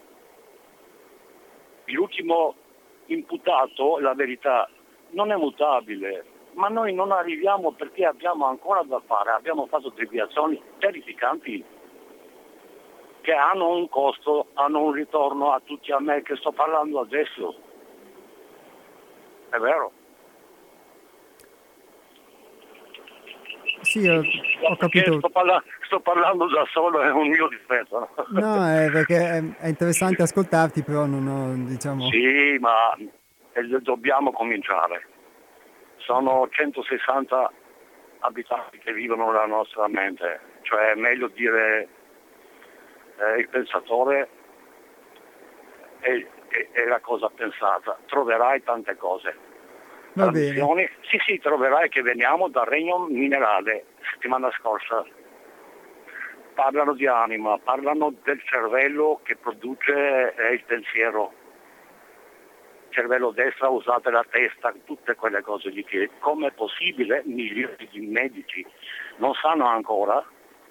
L'ultimo imputato, la verità, non è mutabile, ma noi non arriviamo perché abbiamo ancora da fare, abbiamo fatto deviazioni terrificanti che hanno un costo, hanno un ritorno a tutti, a me che sto parlando adesso. È vero? Sì, ho, ho capito. Sto, parla- sto parlando da solo, è un mio difetto. No, è perché è, è interessante ascoltarti, però non ho, diciamo... Sì, ma eh, dobbiamo cominciare. Sono centosessanta abitanti che vivono nella nostra mente, cioè è meglio dire eh, il pensatore è, è, è la cosa pensata, troverai tante cose. Va bene. Sì, sì, troverai che veniamo dal regno minerale, settimana scorsa. Parlano di anima, parlano del cervello che produce eh, il pensiero. Cervello destra, usate la testa, tutte quelle cose lì che come è possibile milioni di medici non sanno ancora.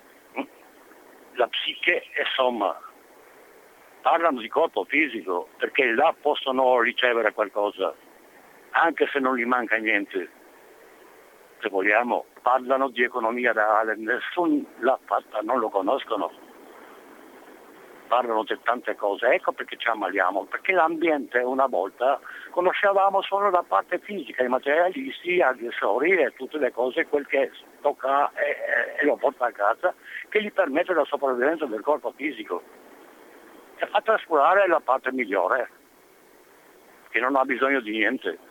La psiche e somma. Parlano di corpo fisico perché là possono ricevere qualcosa, anche se non gli manca niente. Se vogliamo, parlano di economia reale, nessuno l'ha fatta, non lo conoscono. Parlano di tante cose, ecco perché ci ammaliamo, perché l'ambiente una volta conoscevamo solo la parte fisica, i materialisti, gli aggressori e tutte le cose, quel che tocca e, e lo porta a casa, che gli permette la sopravvivenza del corpo fisico. E fa trascurare la parte migliore, che non ha bisogno di niente.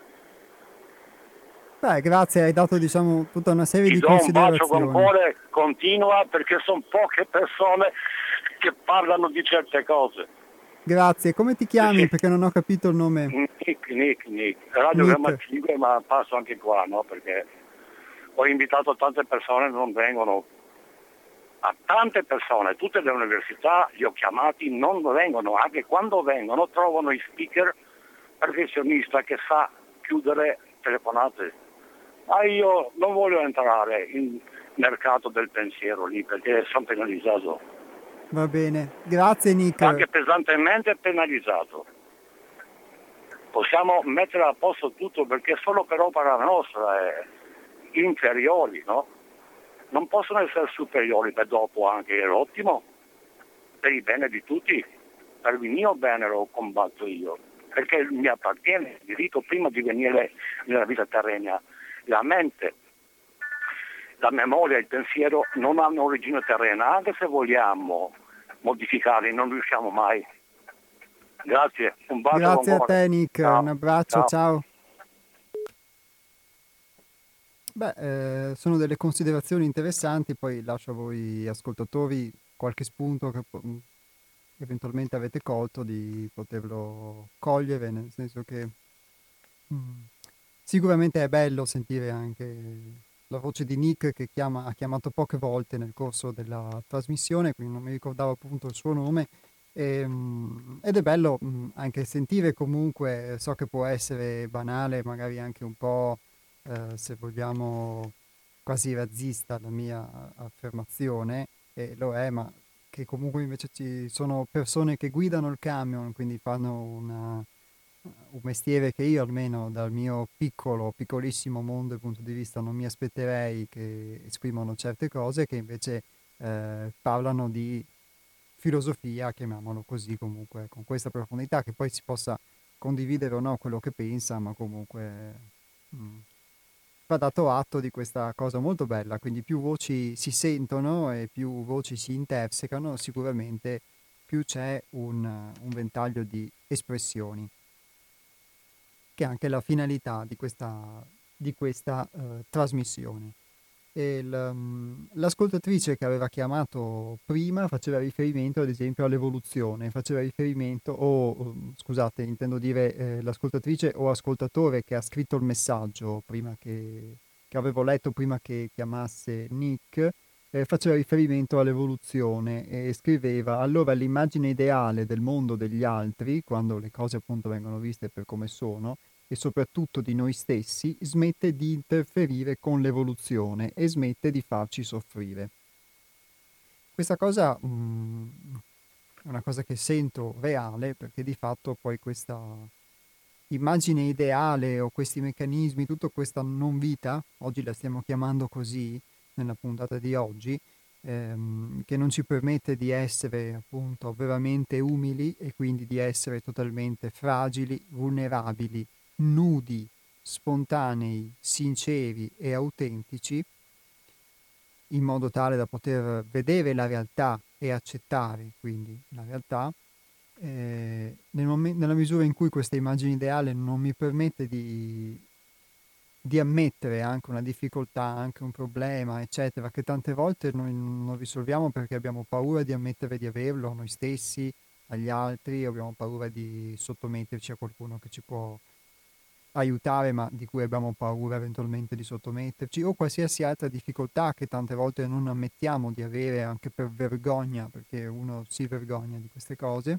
Beh, grazie, hai dato diciamo tutta una serie Ti di do un bacio considerazioni. con cuore, continua, perché sono poche persone che parlano di certe cose. Grazie, come ti chiami? Sì. Perché non ho capito il nome. Nick, Nick, Nick. Radio Gamma cinque, ma passo anche qua, no? Perché ho invitato tante persone, non vengono. A tante persone, tutte le università, li ho chiamati, non vengono. Anche quando vengono trovano i speaker professionista che sa chiudere telefonate. Ma io non voglio entrare in mercato del pensiero lì perché sono penalizzato. Va bene, grazie Nick. Anche pesantemente penalizzato. Possiamo mettere a posto tutto perché solo per opera nostra è inferiori, no? Non possono essere superiori, per dopo anche è ottimo, per il bene di tutti, per il mio bene lo combatto io, perché mi appartiene il diritto prima di venire nella vita terrena. La mente, la memoria, il pensiero non hanno origine terrena, anche se vogliamo modificarli non riusciamo mai. Grazie, un bacio. Grazie a te Nick, ciao. Un abbraccio, ciao. ciao. Beh, eh, sono delle considerazioni interessanti, poi lascio a voi ascoltatori qualche spunto che eventualmente avete colto di poterlo cogliere, nel senso che mh, sicuramente è bello sentire anche la voce di Nick che chiama, ha chiamato poche volte nel corso della trasmissione, quindi non mi ricordavo appunto il suo nome, e, mh, ed è bello mh, anche sentire comunque, so che può essere banale, magari anche un po', eh, se vogliamo, quasi razzista la mia affermazione, e lo è, ma che comunque invece ci sono persone che guidano il camion, quindi fanno una, un mestiere che io almeno dal mio piccolo, piccolissimo mondo dal punto di vista non mi aspetterei che esprimono certe cose, che invece eh, parlano di filosofia, chiamiamolo così, comunque con questa profondità, che poi si possa condividere o no quello che pensa, ma comunque mh, va dato atto di questa cosa molto bella, quindi più voci si sentono e più voci si intersecano, sicuramente più c'è un, un ventaglio di espressioni, che è anche la finalità di questa, di questa uh, trasmissione. E il, um, l'ascoltatrice che aveva chiamato prima faceva riferimento ad esempio all'evoluzione, faceva riferimento, o oh, scusate, intendo dire eh, l'ascoltatrice o ascoltatore che ha scritto il messaggio prima che, che avevo letto prima che chiamasse Nick, eh, faceva riferimento all'evoluzione e scriveva: allora l'immagine ideale del mondo degli altri, quando le cose appunto vengono viste per come sono, e soprattutto di noi stessi, smette di interferire con l'evoluzione e smette di farci soffrire. Questa cosa mh, è una cosa che sento reale, perché di fatto poi questa immagine ideale o questi meccanismi, tutta questa non vita, oggi la stiamo chiamando così nella puntata di oggi, ehm, che non ci permette di essere appunto veramente umili e quindi di essere totalmente fragili, vulnerabili, nudi, spontanei, sinceri e autentici, in modo tale da poter vedere la realtà e accettare quindi la realtà, eh, nel mom- nella misura in cui questa immagine ideale non mi permette di di ammettere anche una difficoltà, anche un problema, eccetera, che tante volte noi non risolviamo perché abbiamo paura di ammettere di averlo a noi stessi, agli altri, abbiamo paura di sottometterci a qualcuno che ci può aiutare, ma di cui abbiamo paura eventualmente di sottometterci, o qualsiasi altra difficoltà che tante volte non ammettiamo di avere anche per vergogna, perché uno si vergogna di queste cose.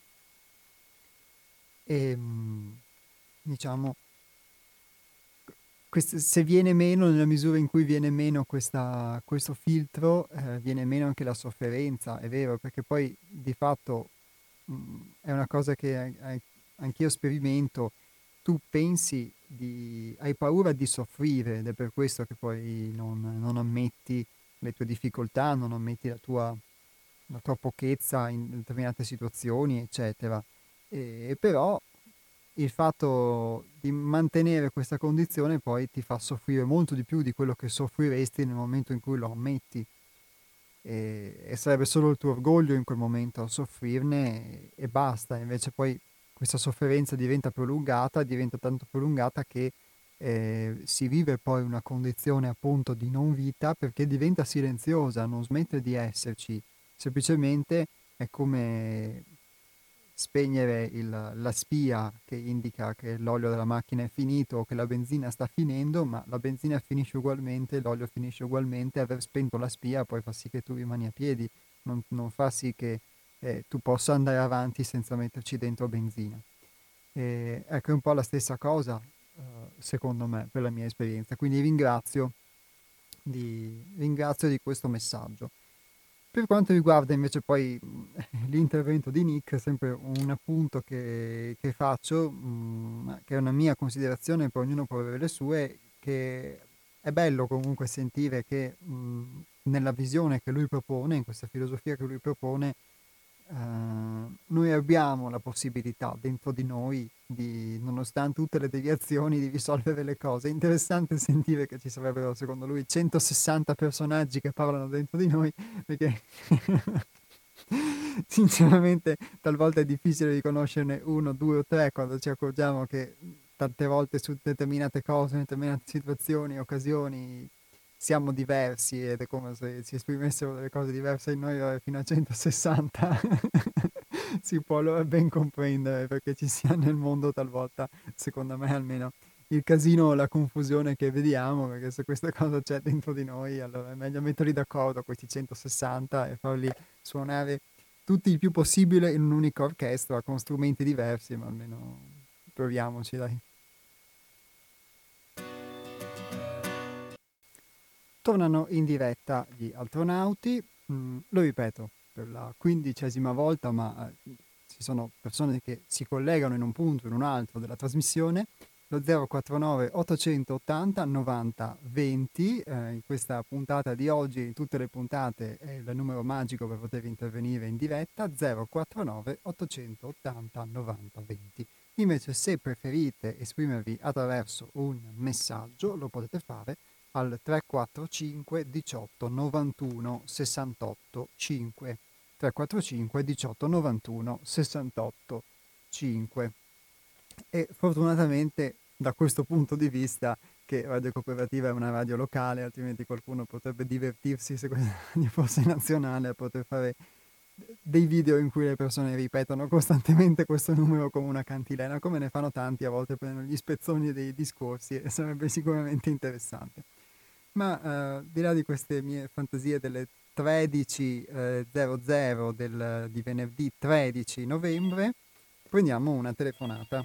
E diciamo, quest- se viene meno, nella misura in cui viene meno questa- questo filtro, eh, viene meno anche la sofferenza, è vero, perché poi di fatto mh, è una cosa che eh, anch'io sperimento. Tu pensi di... hai paura di soffrire ed è per questo che poi non, non ammetti le tue difficoltà, non ammetti la tua, la tua pochezza in determinate situazioni, eccetera. E, però il fatto di mantenere questa condizione poi ti fa soffrire molto di più di quello che soffriresti nel momento in cui lo ammetti. E, e sarebbe solo il tuo orgoglio in quel momento a soffrirne e, e basta. Invece poi questa sofferenza diventa prolungata, diventa tanto prolungata che eh, si vive poi una condizione appunto di non vita perché diventa silenziosa, non smette di esserci. Semplicemente è come spegnere il, la spia che indica che l'olio della macchina è finito o che la benzina sta finendo, ma la benzina finisce ugualmente, l'olio finisce ugualmente, aver spento la spia poi fa sì che tu rimani a piedi, non, non fa sì che eh, tu possa andare avanti senza metterci dentro benzina. E, ecco, è un po' la stessa cosa, eh, secondo me, per la mia esperienza. Quindi ringrazio di, ringrazio di questo messaggio. Per quanto riguarda invece poi mh, l'intervento di Nick, sempre un appunto che, che faccio, mh, che è una mia considerazione, poi ognuno può avere le sue, che è bello comunque sentire che mh, nella visione che lui propone, in questa filosofia che lui propone, Uh, noi abbiamo la possibilità dentro di noi di, nonostante tutte le deviazioni, di risolvere le cose. È interessante sentire che ci sarebbero, secondo lui, centosessanta personaggi che parlano dentro di noi, perché sinceramente talvolta è difficile riconoscerne uno, due o tre quando ci accorgiamo che tante volte su determinate cose, in determinate situazioni, occasioni, siamo diversi ed è come se si esprimessero delle cose diverse in noi fino a centosessanta. Si può allora ben comprendere perché ci sia nel mondo talvolta, secondo me almeno, il casino o la confusione che vediamo, perché se questa cosa c'è dentro di noi, allora è meglio metterli d'accordo questi centosessanta e farli suonare tutti il più possibile in un'unica orchestra con strumenti diversi, ma almeno proviamoci, dai. Tornano in diretta gli Altronauti, mm, lo ripeto per la quindicesima volta, ma eh, ci sono persone che si collegano in un punto o in un altro della trasmissione, lo zero quattro nove ottocentottanta novanta venti, eh, in questa puntata di oggi, in tutte le puntate è il numero magico per poter intervenire in diretta, zero quattro nove ottocentottanta novanta venti. Invece se preferite esprimervi attraverso un messaggio lo potete fare al tre quattro cinque diciotto novantuno sessantotto cinque, tre quattro cinque diciotto novantuno sessantotto cinque. E fortunatamente da questo punto di vista che Radio Cooperativa è una radio locale, altrimenti qualcuno potrebbe divertirsi se questa radio fosse nazionale a poter fare dei video in cui le persone ripetono costantemente questo numero come una cantilena, come ne fanno tanti, a volte prendono gli spezzoni dei discorsi e sarebbe sicuramente interessante. Ma eh, di là di queste mie fantasie delle tredici zero zero del, di venerdì tredici novembre, prendiamo una telefonata.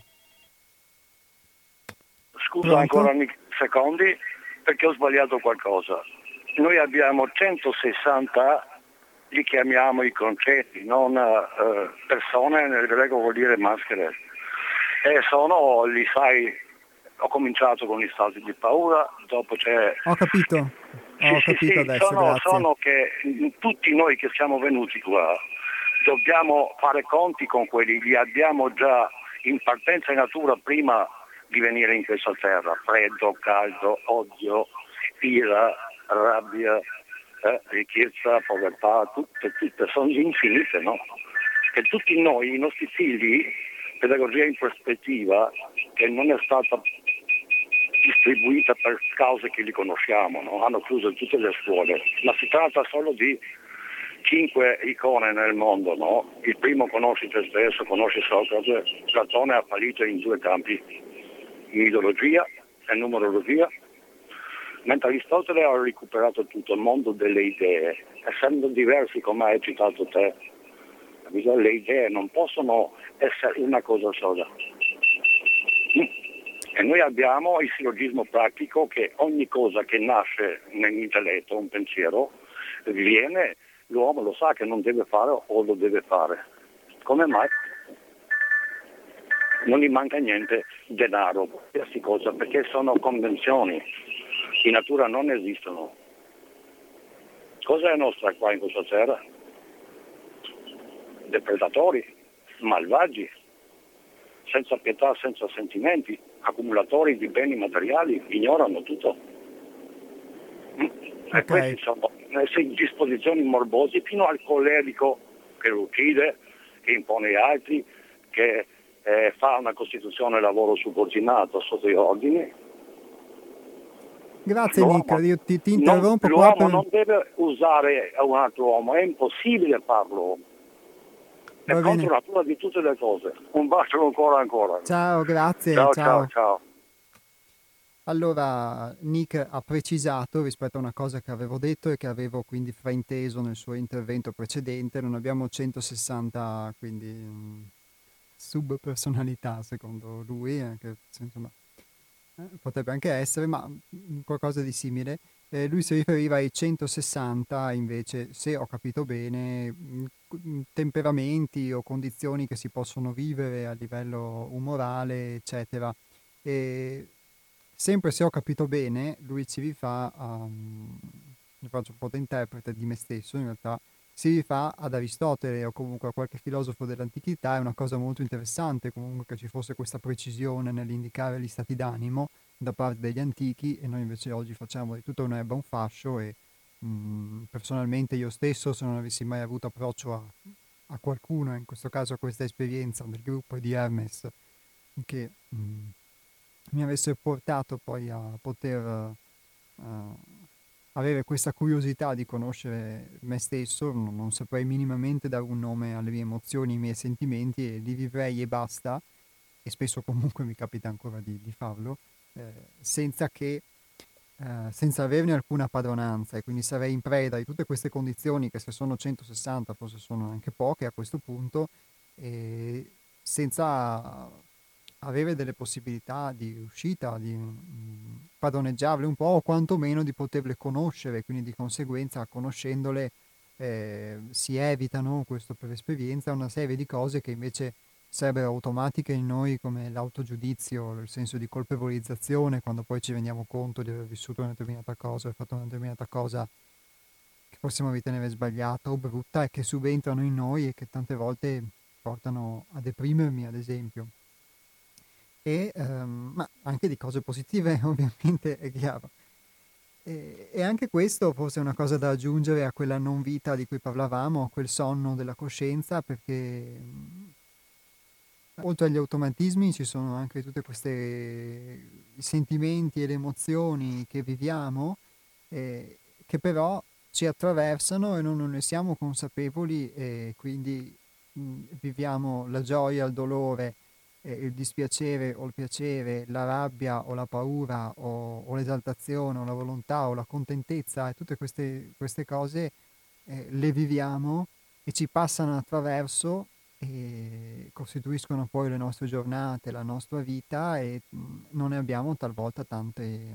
Scusa. Pronto? Ancora secondi perché ho sbagliato qualcosa. Noi abbiamo centosessanta, li chiamiamo i concetti, non eh, persone, nel greco vuol dire maschere. E sono, li sai, ho cominciato con gli stati di paura, dopo c'è... Ho capito, ho sì, capito sì, adesso, sono, grazie. Sono che tutti noi che siamo venuti qua dobbiamo fare conti con quelli, li abbiamo già in partenza in natura prima di venire in questa terra, freddo, caldo, odio, ira, rabbia, eh, ricchezza, povertà, tutte, tutte, sono infinite, no? E tutti noi, i nostri figli, pedagogia in prospettiva, che non è stata distribuita per cause che li conosciamo, no? Hanno chiuso tutte le scuole, ma si tratta solo di cinque icone nel mondo, no? Il primo conosci te stesso, conosci Socrate. Platone ha fallito in due campi, in ideologia e numerologia, mentre Aristotele ha recuperato tutto il mondo delle idee, essendo diversi come hai citato te. Le idee non possono essere una cosa sola. E noi abbiamo il sillogismo pratico che ogni cosa che nasce nell'intelletto, un pensiero, viene, l'uomo lo sa che non deve fare o lo deve fare. Come mai? Non gli manca niente, denaro, qualsiasi cosa, perché sono convenzioni. In natura non esistono. Cosa è nostra qua in questa terra? Depredatori, malvagi, senza pietà, senza sentimenti, accumulatori di beni materiali, ignorano tutto. Okay. E questi sono messe in disposizioni morbose fino al colerico che lo uccide, che impone agli altri, che eh, fa una costituzione lavoro subordinato sotto gli ordini. Grazie l'uomo, Nick, io ti, ti interrompo non, qua l'uomo per... non deve usare un altro uomo, è impossibile farlo. È Va contro bene. la natura di tutte le cose. Un bacio ancora ancora. Ciao, grazie. Ciao, ciao. ciao, ciao. Allora, Nick ha precisato rispetto a una cosa che avevo detto e che avevo quindi frainteso nel suo intervento precedente. Non abbiamo centosessanta, quindi mh, subpersonalità secondo lui, eh, che insomma eh, potrebbe anche essere, ma mh, qualcosa di simile. Eh, lui si riferiva ai centosessanta invece, se ho capito bene, mh, temperamenti o condizioni che si possono vivere a livello umorale, eccetera. E sempre se ho capito bene, lui si rifà, um, ne faccio un po' da interprete di me stesso, in realtà si rifà ad Aristotele o comunque a qualche filosofo dell'antichità. È una cosa molto interessante comunque che ci fosse questa precisione nell'indicare gli stati d'animo da parte degli antichi, e noi invece oggi facciamo di tutta un'erba un fascio. E mh, personalmente io stesso, se non avessi mai avuto approccio a, a qualcuno, in questo caso a questa esperienza del gruppo di Hermes, che mh, mi avesse portato poi a poter uh, avere questa curiosità di conoscere me stesso, non, non saprei minimamente dare un nome alle mie emozioni, ai miei sentimenti, e li vivrei e basta, e spesso comunque mi capita ancora di, di farlo, eh, senza che eh, senza averne alcuna padronanza, e quindi sarei in preda di tutte queste condizioni che, se sono centosessanta, forse sono anche poche a questo punto, e senza avere delle possibilità di uscita, di mh, padroneggiarle un po', o quantomeno di poterle conoscere. Quindi di conseguenza, conoscendole, eh, si evitano, questo per esperienza, una serie di cose che invece sarebbero automatiche in noi, come l'autogiudizio, il senso di colpevolizzazione, quando poi ci rendiamo conto di aver vissuto una determinata cosa, aver fatto una determinata cosa che possiamo ritenere sbagliata o brutta, e che subentrano in noi e che tante volte portano a deprimermi, ad esempio. E, um, ma anche di cose positive, ovviamente, è chiaro. E, e anche questo forse è una cosa da aggiungere a quella non vita di cui parlavamo, a quel sonno della coscienza, perché um, oltre agli automatismi ci sono anche tutte queste sentimenti e le emozioni che viviamo, eh, che però ci attraversano e non ne siamo consapevoli, e quindi mh, viviamo la gioia, il dolore, il dispiacere o il piacere, la rabbia o la paura, o, o l'esaltazione o la volontà o la contentezza, e tutte queste, queste cose eh, le viviamo e ci passano attraverso e costituiscono poi le nostre giornate, la nostra vita, e mh, non ne abbiamo talvolta tante eh,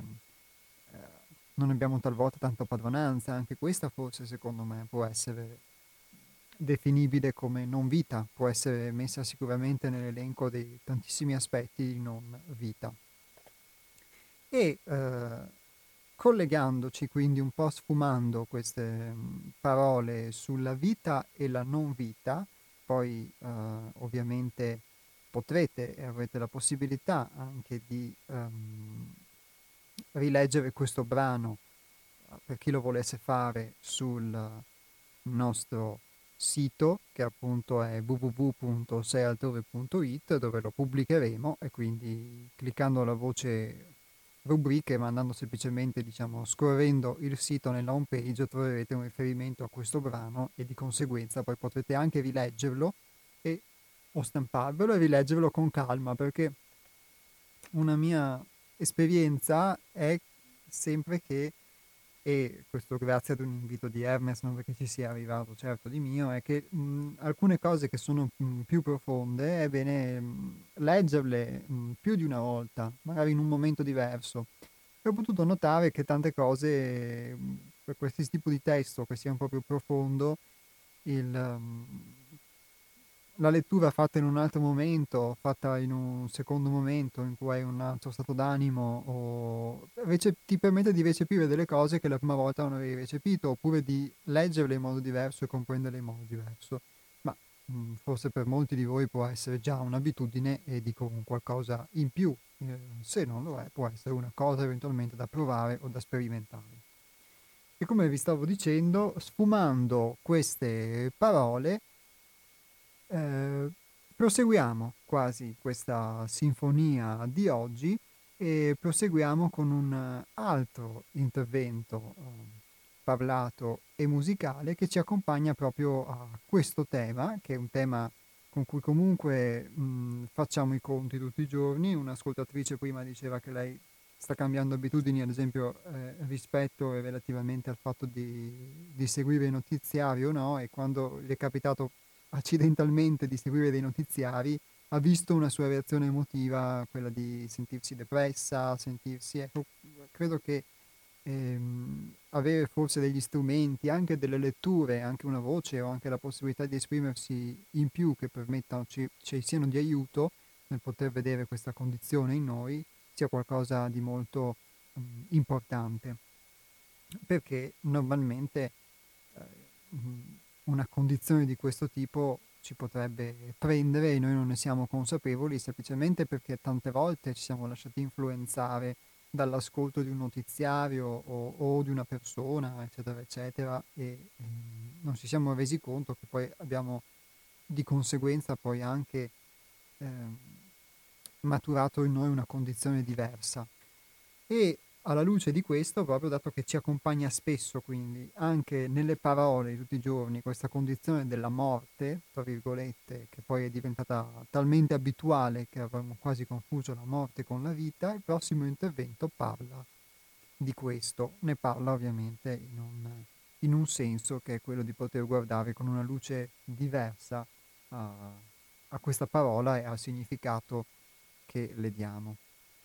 non ne abbiamo talvolta tanta padronanza. Anche questa forse, secondo me, può essere definibile come non vita, può essere messa sicuramente nell'elenco dei tantissimi aspetti di non vita. E eh, collegandoci quindi un po', sfumando queste mh, parole sulla vita e la non vita, poi eh, ovviamente potrete e avrete la possibilità anche di um, rileggere questo brano, per chi lo volesse fare, sul nostro sito, che appunto è w w w punto seialtrove punto it, dove lo pubblicheremo, e quindi cliccando la voce rubriche, ma andando semplicemente, diciamo, scorrendo il sito nella home page troverete un riferimento a questo brano e di conseguenza poi potrete anche rileggerlo e, o stamparvelo e rileggerlo con calma, perché una mia esperienza è sempre che, e questo grazie ad un invito di Hermes, non perché ci sia arrivato certo di mio, è che mh, alcune cose che sono mh, più profonde è bene mh, leggerle mh, più di una volta, magari in un momento diverso. E ho potuto notare che tante cose, mh, per questi tipi di testo che sia un po' più profondo, il, mh, la lettura fatta in un altro momento, fatta in un secondo momento in cui hai un altro stato d'animo, o rece- ti permette di recepire delle cose che la prima volta non avevi recepito, oppure di leggerle in modo diverso e comprenderle in modo diverso. Ma mh, forse per molti di voi può essere già un'abitudine e dico un qualcosa in più. Eh, se non lo è, può essere una cosa eventualmente da provare o da sperimentare. E come vi stavo dicendo, sfumando queste parole, eh, proseguiamo quasi questa sinfonia di oggi e proseguiamo con un altro intervento eh, parlato e musicale che ci accompagna proprio a questo tema, che è un tema con cui comunque mh, facciamo i conti tutti i giorni. Un'ascoltatrice prima diceva che lei sta cambiando abitudini, ad esempio eh, rispetto e relativamente al fatto di, di seguire i notiziari o no, e quando gli è capitato accidentalmente di seguire dei notiziari ha visto una sua reazione emotiva, quella di sentirsi depressa, sentirsi, ecco, credo che ehm, avere forse degli strumenti, anche delle letture, anche una voce o anche la possibilità di esprimersi in più che permettano, ci, ci siano di aiuto nel poter vedere questa condizione in noi, sia qualcosa di molto um, importante, perché normalmente eh, una condizione di questo tipo ci potrebbe prendere e noi non ne siamo consapevoli, semplicemente perché tante volte ci siamo lasciati influenzare dall'ascolto di un notiziario o, o di una persona, eccetera, eccetera, e, e non ci siamo resi conto che poi abbiamo di conseguenza poi anche eh, maturato in noi una condizione diversa. E alla luce di questo, proprio dato che ci accompagna spesso, quindi anche nelle parole di tutti i giorni, questa condizione della morte, tra virgolette, che poi è diventata talmente abituale che avremmo quasi confuso la morte con la vita, il prossimo intervento parla di questo. Ne parla ovviamente in un, in un senso che è quello di poter guardare con una luce diversa a, a questa parola e al significato che le diamo.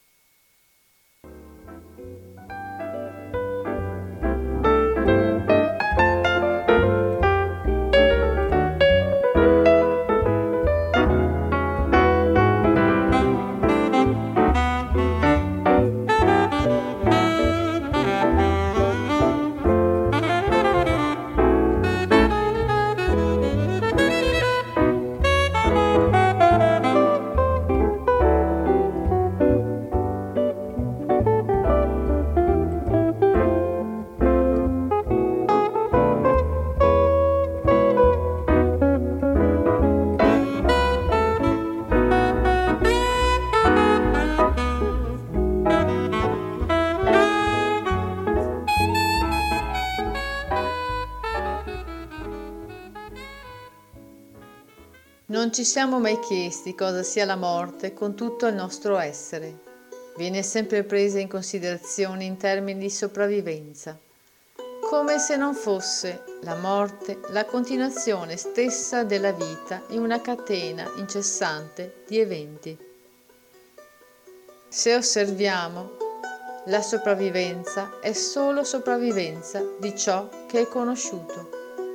Non ci siamo mai chiesti cosa sia la morte con tutto il nostro essere. Viene sempre presa in considerazione in termini di sopravvivenza, come se non fosse la morte la continuazione stessa della vita in una catena incessante di eventi. Se osserviamo, la sopravvivenza è solo sopravvivenza di ciò che è conosciuto.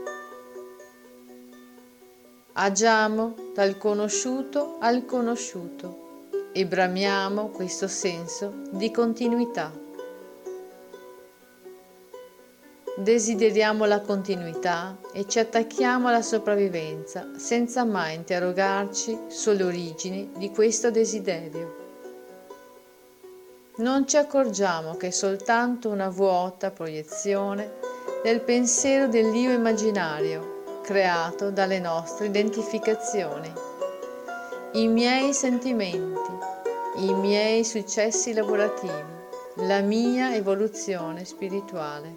Agiamo dal conosciuto al conosciuto e bramiamo questo senso di continuità. Desideriamo la continuità e ci attacchiamo alla sopravvivenza senza mai interrogarci sulle origini di questo desiderio. Non ci accorgiamo che è soltanto una vuota proiezione del pensiero dell'io immaginario creato dalle nostre identificazioni, i miei sentimenti, i miei successi lavorativi, la mia evoluzione spirituale.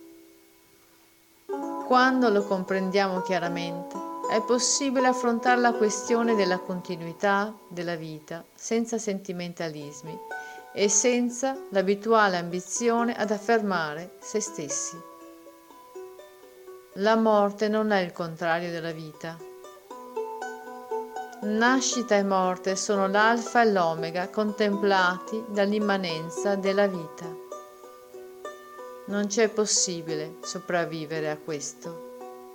Quando lo comprendiamo chiaramente, è possibile affrontare la questione della continuità della vita senza sentimentalismi e senza l'abituale ambizione ad affermare se stessi. La morte non è il contrario della vita. Nascita e morte sono l'alfa e l'omega contemplati dall'immanenza della vita. Non c'è possibile sopravvivere a questo.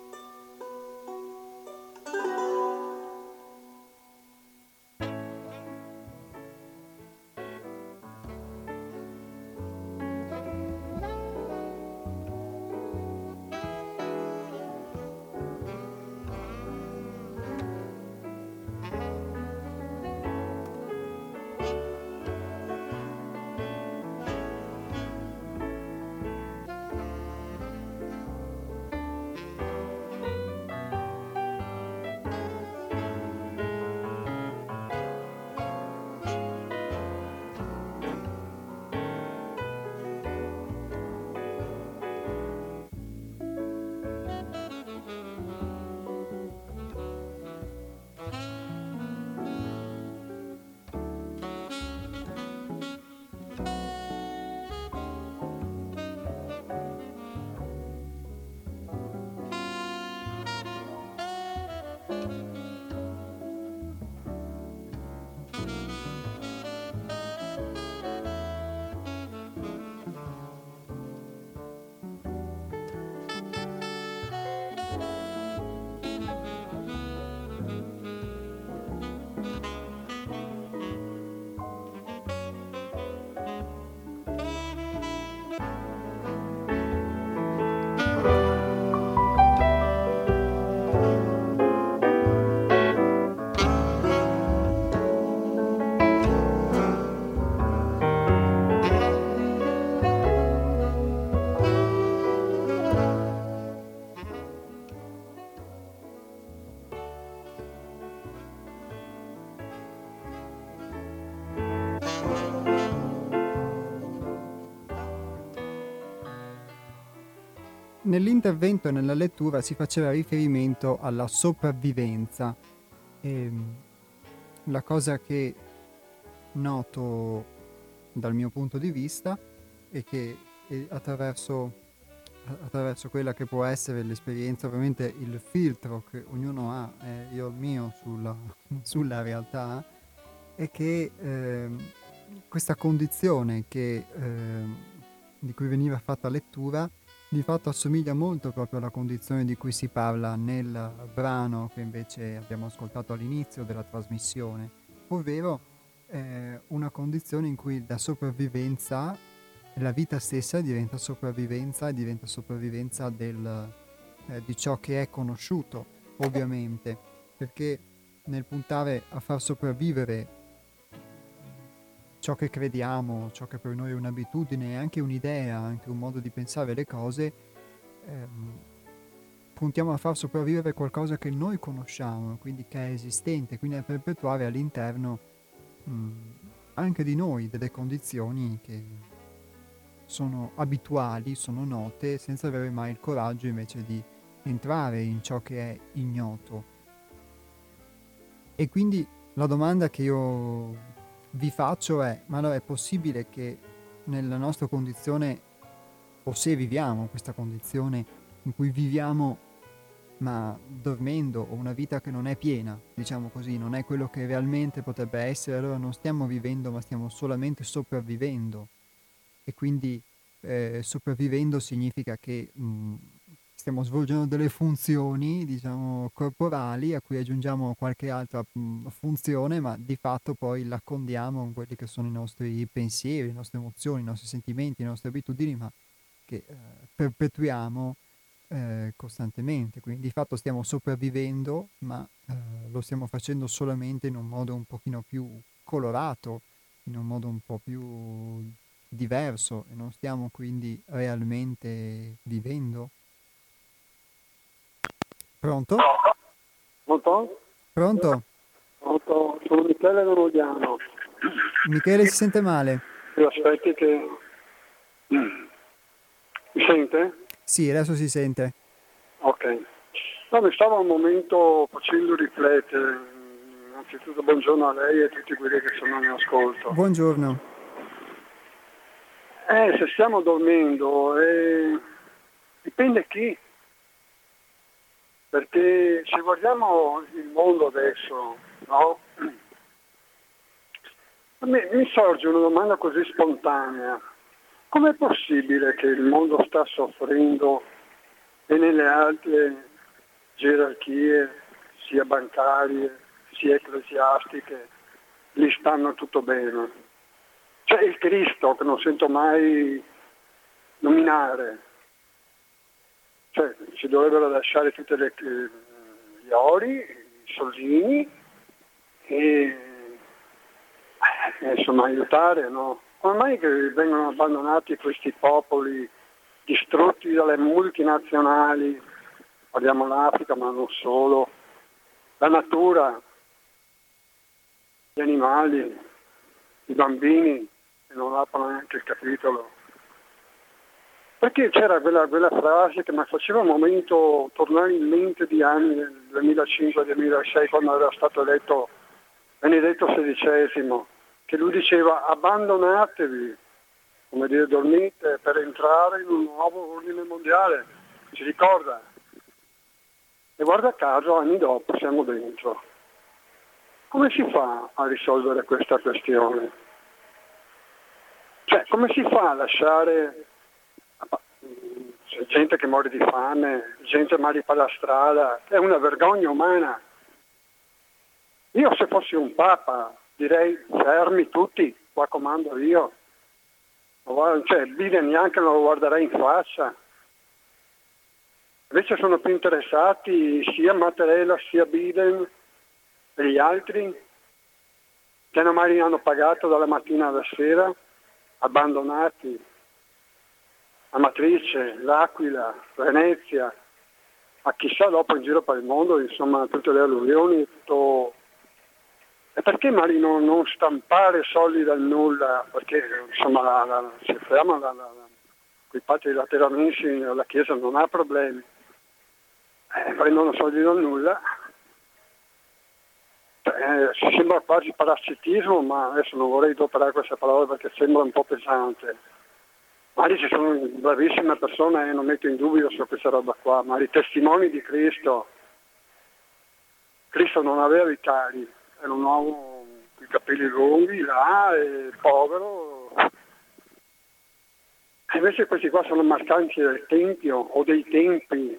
Nell'intervento e nella lettura si faceva riferimento alla sopravvivenza. E la cosa che noto dal mio punto di vista è che attraverso, attraverso quella che può essere l'esperienza, ovviamente il filtro che ognuno ha, eh, io il mio sulla, sulla realtà, è che eh, questa condizione che, eh, di cui veniva fatta lettura di fatto assomiglia molto proprio alla condizione di cui si parla nel brano che invece abbiamo ascoltato all'inizio della trasmissione, ovvero eh, una condizione in cui la sopravvivenza, la vita stessa diventa sopravvivenza e diventa sopravvivenza del, eh, di ciò che è conosciuto, ovviamente, perché nel puntare a far sopravvivere ciò che crediamo, ciò che per noi è un'abitudine, anche un'idea, anche un modo di pensare le cose, ehm, puntiamo a far sopravvivere qualcosa che noi conosciamo, quindi che è esistente, quindi a perpetuare all'interno mh, anche di noi delle condizioni che sono abituali, sono note, senza avere mai il coraggio invece di entrare in ciò che è ignoto. E quindi la domanda che io vi faccio è, ma allora è possibile che nella nostra condizione, o se viviamo questa condizione in cui viviamo ma dormendo, o una vita che non è piena, diciamo così, non è quello che realmente potrebbe essere, allora non stiamo vivendo ma stiamo solamente sopravvivendo, e quindi eh, sopravvivendo significa che mh, stiamo svolgendo delle funzioni, diciamo, corporali a cui aggiungiamo qualche altra mh, funzione, ma di fatto poi l'accondiamo con quelli che sono i nostri pensieri, le nostre emozioni, i nostri sentimenti, le nostre abitudini, ma che eh, perpetuiamo eh, costantemente. Quindi di fatto stiamo sopravvivendo, ma eh, lo stiamo facendo solamente in un modo un pochino più colorato, in un modo un po' più diverso, e non stiamo quindi realmente vivendo. Pronto? Pronto? Pronto? Pronto? Sono Michele da Rogliano. Michele si sente male. Aspetti che Mi sente? Sì, adesso si sente. Ok. No, mi stavo un momento facendo riflettere. Innanzitutto buongiorno a lei e a tutti quelli che sono in ascolto. Buongiorno. Eh, se stiamo dormendo, eh, dipende chi. Perché se guardiamo il mondo adesso, no? A me, mi sorge una domanda così spontanea. Com'è possibile che il mondo sta soffrendo e nelle altre gerarchie, sia bancarie, sia ecclesiastiche, gli stanno tutto bene? C'è il Cristo che non sento mai nominare. Cioè, ci dovrebbero lasciare tutti gli ori, i soldini e eh, insomma aiutare, no? Come mai che vengono abbandonati questi popoli distrutti dalle multinazionali? Parliamo l'Africa, ma non solo. La natura, gli animali, i bambini che non aprono neanche il capitolo. Perché c'era quella, quella frase che mi faceva un momento tornare in mente di anni, nel duemilacinque duemilasei, quando era stato eletto Benedetto sedicesimo, che lui diceva abbandonatevi, come dire dormite, per entrare in un nuovo ordine mondiale. Si ricorda? E guarda caso, anni dopo siamo dentro. Come si fa a risolvere questa questione? Cioè, come si fa a lasciare c'è gente che muore di fame, gente male per la strada, è una vergogna umana. Io se fossi un papa direi fermi tutti, qua comando io. Cioè Biden neanche lo guarderei in faccia. Invece sono più interessati sia Mattarella sia Biden e gli altri che non mai hanno pagato dalla mattina alla sera, abbandonati. Amatrice, L'Aquila, Venezia, ma chissà dopo in giro per il mondo, insomma tutte le alluvioni, tutto. E perché magari non, non stampare soldi dal nulla? Perché insomma la, la, se ferma la, la, la, quei patri lateralmensi, la Chiesa non ha problemi, eh, prendono soldi dal nulla. Eh, sembra quasi parassitismo, ma adesso non vorrei adoperare queste parole perché sembra un po' pesante. Magari ci sono bravissime persone e non metto in dubbio su questa roba qua, ma i testimoni di Cristo, Cristo non aveva i tagli, era un uomo con i capelli lunghi là, e povero. E invece questi qua sono marcanti del Tempio o dei tempi.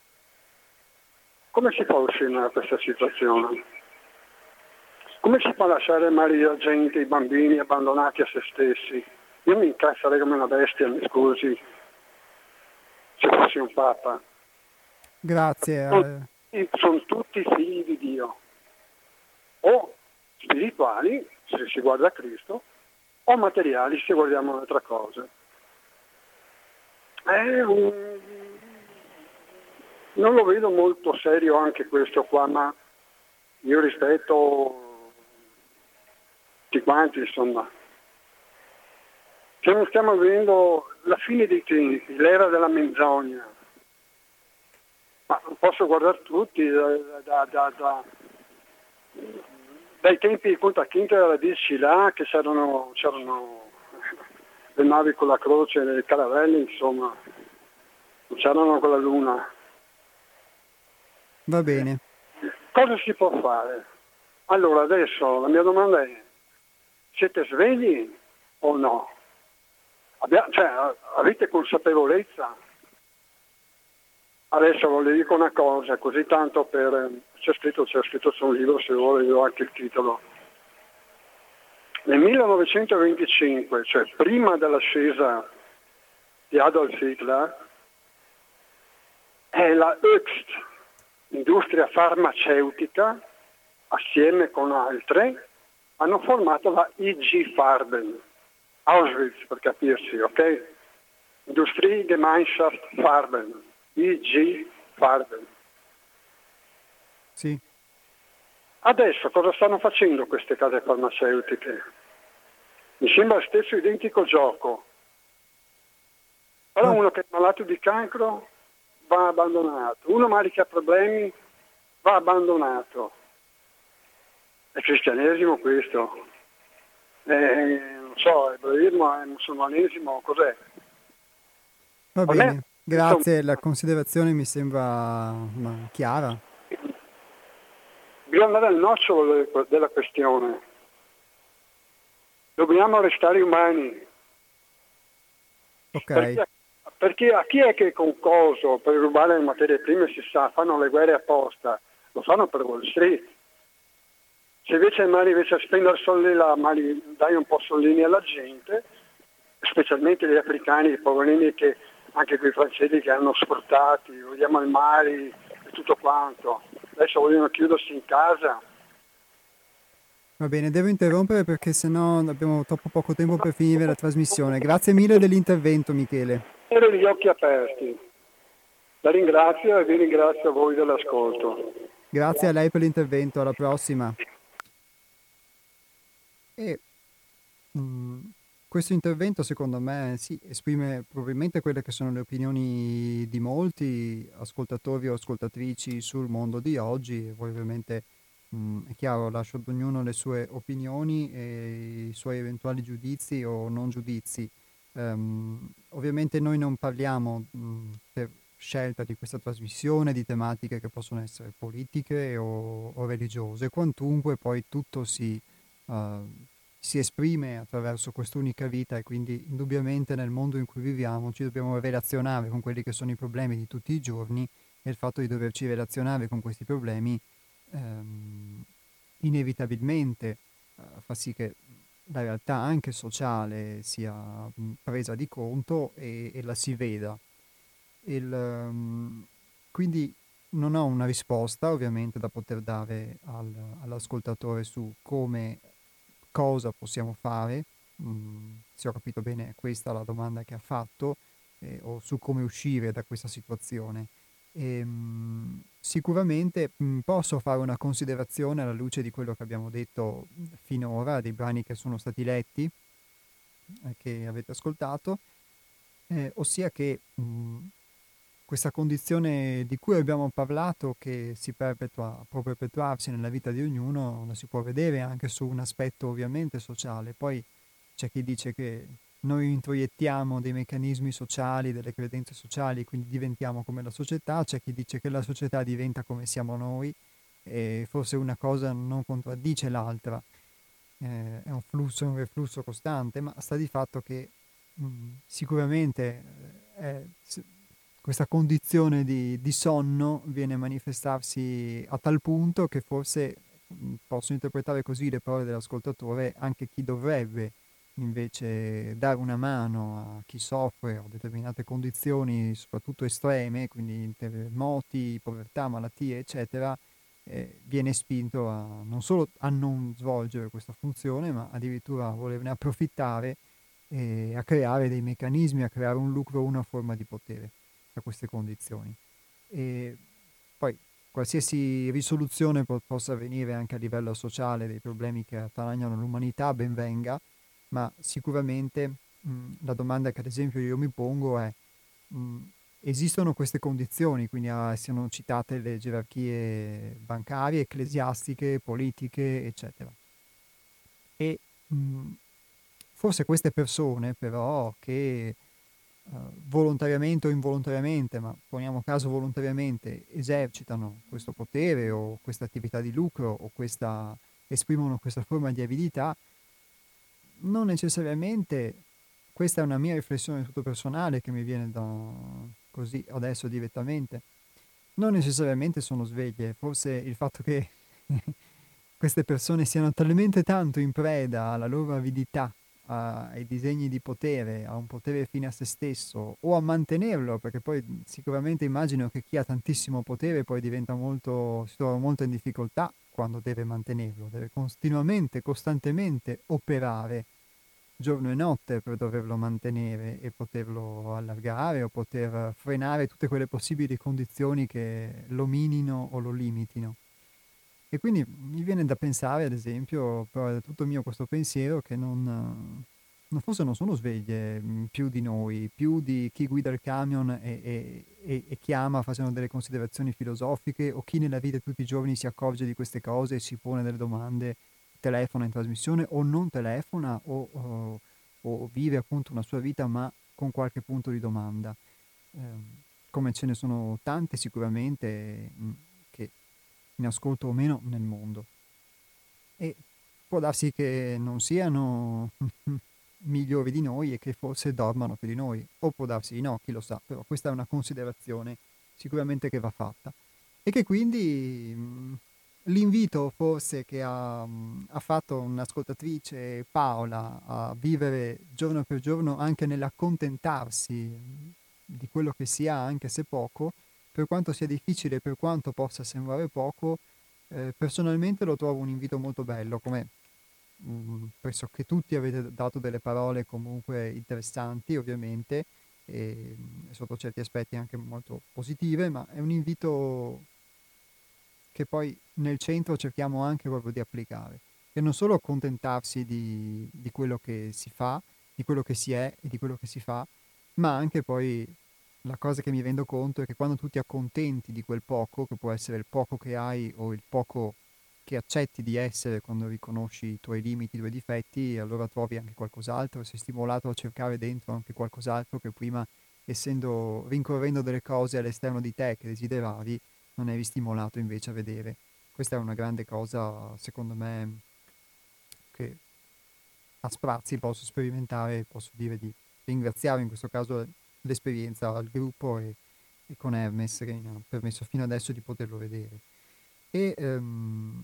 Come si può uscire da questa situazione? Come si può lasciare magari la gente, i bambini abbandonati a se stessi? Io mi incazzerei come una bestia, mi scusi, se fossi un papa. Grazie. Eh. Sono tutti figli di Dio, o spirituali, se si guarda a Cristo, o materiali, se guardiamo un'altra cosa. È un... Non lo vedo molto serio anche questo qua, ma io rispetto tutti quanti, insomma. Stiamo, stiamo vivendo la fine dei tempi, l'era della menzogna. Ma posso guardare tutti, da, da, da, da, dai tempi di Punta Quinta e della Dici là, che c'erano, c'erano le navi con la croce, le caravelle, insomma, non c'erano con la luna. Va bene. Cosa si può fare? Allora adesso la mia domanda è, siete svegli o no? Abbia, cioè, avete consapevolezza? Adesso le dico una cosa, così tanto per... C'è scritto, c'è scritto su un libro, se vuole, io ho anche il titolo. Nel millenovecentoventicinque, cioè prima dell'ascesa di Adolf Hitler, è la Höchst, industria farmaceutica, assieme con altre, hanno formato la I G Farben. Auschwitz, per capirsi, ok? Industriegemeinschaft Farben, I G Farben. Sì. Adesso cosa stanno facendo queste case farmaceutiche? Mi sembra lo stesso identico gioco. Però uno che è malato di cancro va abbandonato, uno magari che ha problemi va abbandonato. È cristianesimo questo? Eh, non so, ebraismo, è musulmanesimo, cos'è? Va A me, bene, grazie, la considerazione mi sembra ma, chiara. Bisogna andare al nocciolo della questione. Dobbiamo restare umani. Ok. Perché, perché a chi è che con coso per rubare le materie prime si sa, fanno le guerre apposta, lo fanno per Wall Street. Se invece magari invece a spendere soldi là, magari dai un po' soldini alla gente, specialmente gli africani, i poverini che anche quei francesi che hanno sfruttati, vediamo il mare e tutto quanto. Adesso vogliono chiudersi in casa. Va bene, devo interrompere perché sennò abbiamo troppo poco tempo per finire la trasmissione. Grazie mille dell'intervento, Michele. Avere gli occhi aperti. La ringrazio e vi ringrazio a voi dell'ascolto. Grazie a lei per l'intervento, alla prossima. E mh, questo intervento secondo me sì, esprime probabilmente quelle che sono le opinioni di molti ascoltatori o ascoltatrici sul mondo di oggi e poi ovviamente mh, è chiaro, lascio ad ognuno le sue opinioni e i suoi eventuali giudizi o non giudizi. Um, ovviamente noi non parliamo mh, per scelta di questa trasmissione di tematiche che possono essere politiche o, o religiose, quantunque poi tutto si Uh, si esprime attraverso quest'unica vita e quindi indubbiamente nel mondo in cui viviamo ci dobbiamo relazionare con quelli che sono i problemi di tutti i giorni e il fatto di doverci relazionare con questi problemi um, inevitabilmente uh, fa sì che la realtà anche sociale sia um, presa di conto e, e la si veda. Il, um, quindi non ho una risposta ovviamente da poter dare al, all'ascoltatore su come cosa possiamo fare, mm, se ho capito bene è questa la domanda che ha fatto, eh, o su come uscire da questa situazione. E, mh, sicuramente mh, posso fare una considerazione alla luce di quello che abbiamo detto finora, dei brani che sono stati letti, eh, che avete ascoltato, eh, ossia che mh, questa condizione di cui abbiamo parlato, che si perpetua, può perpetuarsi nella vita di ognuno, la si può vedere anche su un aspetto ovviamente sociale. Poi c'è chi dice che noi introiettiamo dei meccanismi sociali, delle credenze sociali, quindi diventiamo come la società, c'è chi dice che la società diventa come siamo noi e forse una cosa non contraddice l'altra. Eh, è un flusso, un reflusso costante, ma sta di fatto che mh, sicuramente è... questa condizione di, di sonno viene a manifestarsi a tal punto che forse mh, posso interpretare così le parole dell'ascoltatore, anche chi dovrebbe invece dare una mano a chi soffre o determinate condizioni, soprattutto estreme, quindi terremoti, povertà, malattie, eccetera, eh, viene spinto a non solo a non svolgere questa funzione, ma addirittura a volerne approfittare e a creare dei meccanismi, a creare un lucro, una forma di potere a queste condizioni. E poi qualsiasi risoluzione po- possa avvenire anche a livello sociale dei problemi che attanagliano l'umanità ben venga, ma sicuramente mh, la domanda che ad esempio io mi pongo è mh, esistono queste condizioni, quindi ah, siano citate le gerarchie bancarie, ecclesiastiche, politiche, eccetera. E mh, forse queste persone però che Uh, volontariamente o involontariamente, ma poniamo caso volontariamente, esercitano questo potere o questa attività di lucro o questa, esprimono questa forma di avidità, non necessariamente, questa è una mia riflessione tutto personale che mi viene da così adesso direttamente, non necessariamente sono sveglie, forse il fatto che queste persone siano talmente tanto in preda alla loro avidità, ai disegni di potere, a un potere fine a se stesso o a mantenerlo, perché poi sicuramente immagino che chi ha tantissimo potere poi diventa molto, si trova molto in difficoltà quando deve mantenerlo, deve continuamente, costantemente operare giorno e notte per doverlo mantenere e poterlo allargare o poter frenare tutte quelle possibili condizioni che lo minino o lo limitino. E quindi mi viene da pensare, ad esempio, però è tutto mio questo pensiero, che non, non- forse non sono sveglie mh, più di noi, più di chi guida il camion e, e- e- e chiama facendo delle considerazioni filosofiche, o chi nella vita tutti i giorni si accorge di queste cose e si pone delle domande, telefona in trasmissione o non telefona, o, o- o vive appunto una sua vita ma con qualche punto di domanda. Ehm, come ce ne sono tante sicuramente mh, che in ascolto o meno nel mondo. E può darsi che non siano migliori di noi e che forse dormano più di noi, o può darsi di no, chi lo sa, però questa è una considerazione sicuramente che va fatta. E che quindi mh, l'invito forse che ha, mh, ha fatto un'ascoltatrice, Paola, a vivere giorno per giorno anche nell'accontentarsi mh, di quello che si ha, anche se poco, per quanto sia difficile, per quanto possa sembrare poco, eh, personalmente lo trovo un invito molto bello, come mh, penso che tutti avete dato delle parole comunque interessanti, ovviamente, e mh, sotto certi aspetti anche molto positive, ma è un invito che poi nel centro cerchiamo anche proprio di applicare, e non solo accontentarsi di, di quello che si fa, di quello che si è e di quello che si fa, ma anche poi la cosa che mi rendo conto è che quando tu ti accontenti di quel poco, che può essere il poco che hai o il poco che accetti di essere quando riconosci i tuoi limiti, i tuoi difetti, allora trovi anche qualcos'altro, sei stimolato a cercare dentro anche qualcos'altro che prima, essendo rincorrendo delle cose all'esterno di te che desideravi, non eri stimolato invece a vedere. Questa è una grande cosa, secondo me, che a sprazzi posso sperimentare, posso dire di ringraziare in questo caso l'esperienza al gruppo e, e con Hermes che mi ha permesso fino adesso di poterlo vedere. E, ehm,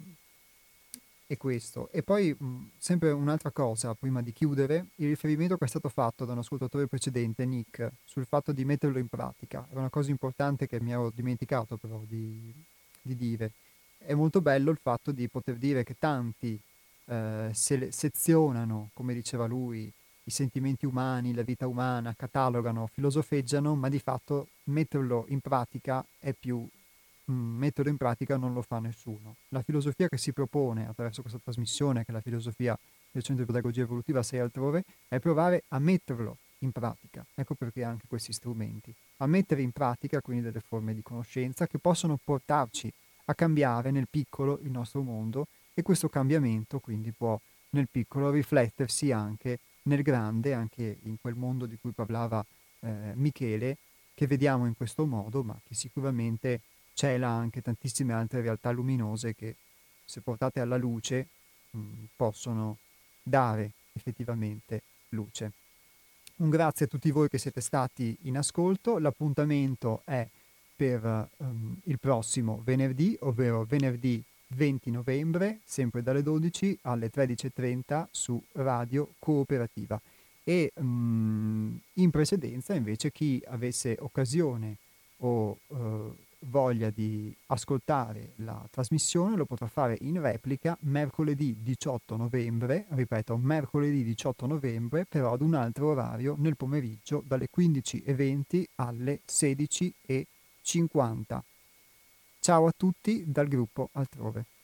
e questo. E poi mh, sempre un'altra cosa, prima di chiudere, il riferimento che è stato fatto da un ascoltatore precedente, Nick, sul fatto di metterlo in pratica. È una cosa importante che mi ero dimenticato però di, di dire. È molto bello il fatto di poter dire che tanti eh, sele- sezionano, come diceva lui, i sentimenti umani, la vita umana, catalogano, filosofeggiano, ma di fatto metterlo in pratica è più mm, metterlo in pratica non lo fa nessuno. La filosofia che si propone attraverso questa trasmissione, che è la filosofia del Centro di Pedagogia Evolutiva sei altrove, è provare a metterlo in pratica. Ecco perché anche questi strumenti. A mettere in pratica quindi delle forme di conoscenza che possono portarci a cambiare nel piccolo il nostro mondo, e questo cambiamento quindi può nel piccolo riflettersi anche nel grande, anche in quel mondo di cui parlava eh, Michele, che vediamo in questo modo, ma che sicuramente cela anche tantissime altre realtà luminose che, se portate alla luce, mh, possono dare effettivamente luce. Un grazie a tutti voi che siete stati in ascolto. L'appuntamento è per um, il prossimo venerdì, ovvero venerdì venti novembre, sempre dalle dodici alle tredici e trenta su Radio Cooperativa. E um, in precedenza, invece, chi avesse occasione o uh, voglia di ascoltare la trasmissione lo potrà fare in replica mercoledì diciotto novembre, ripeto, mercoledì diciotto novembre, però ad un altro orario nel pomeriggio dalle quindici e venti alle sedici e cinquanta. Ciao a tutti dal gruppo Altrove.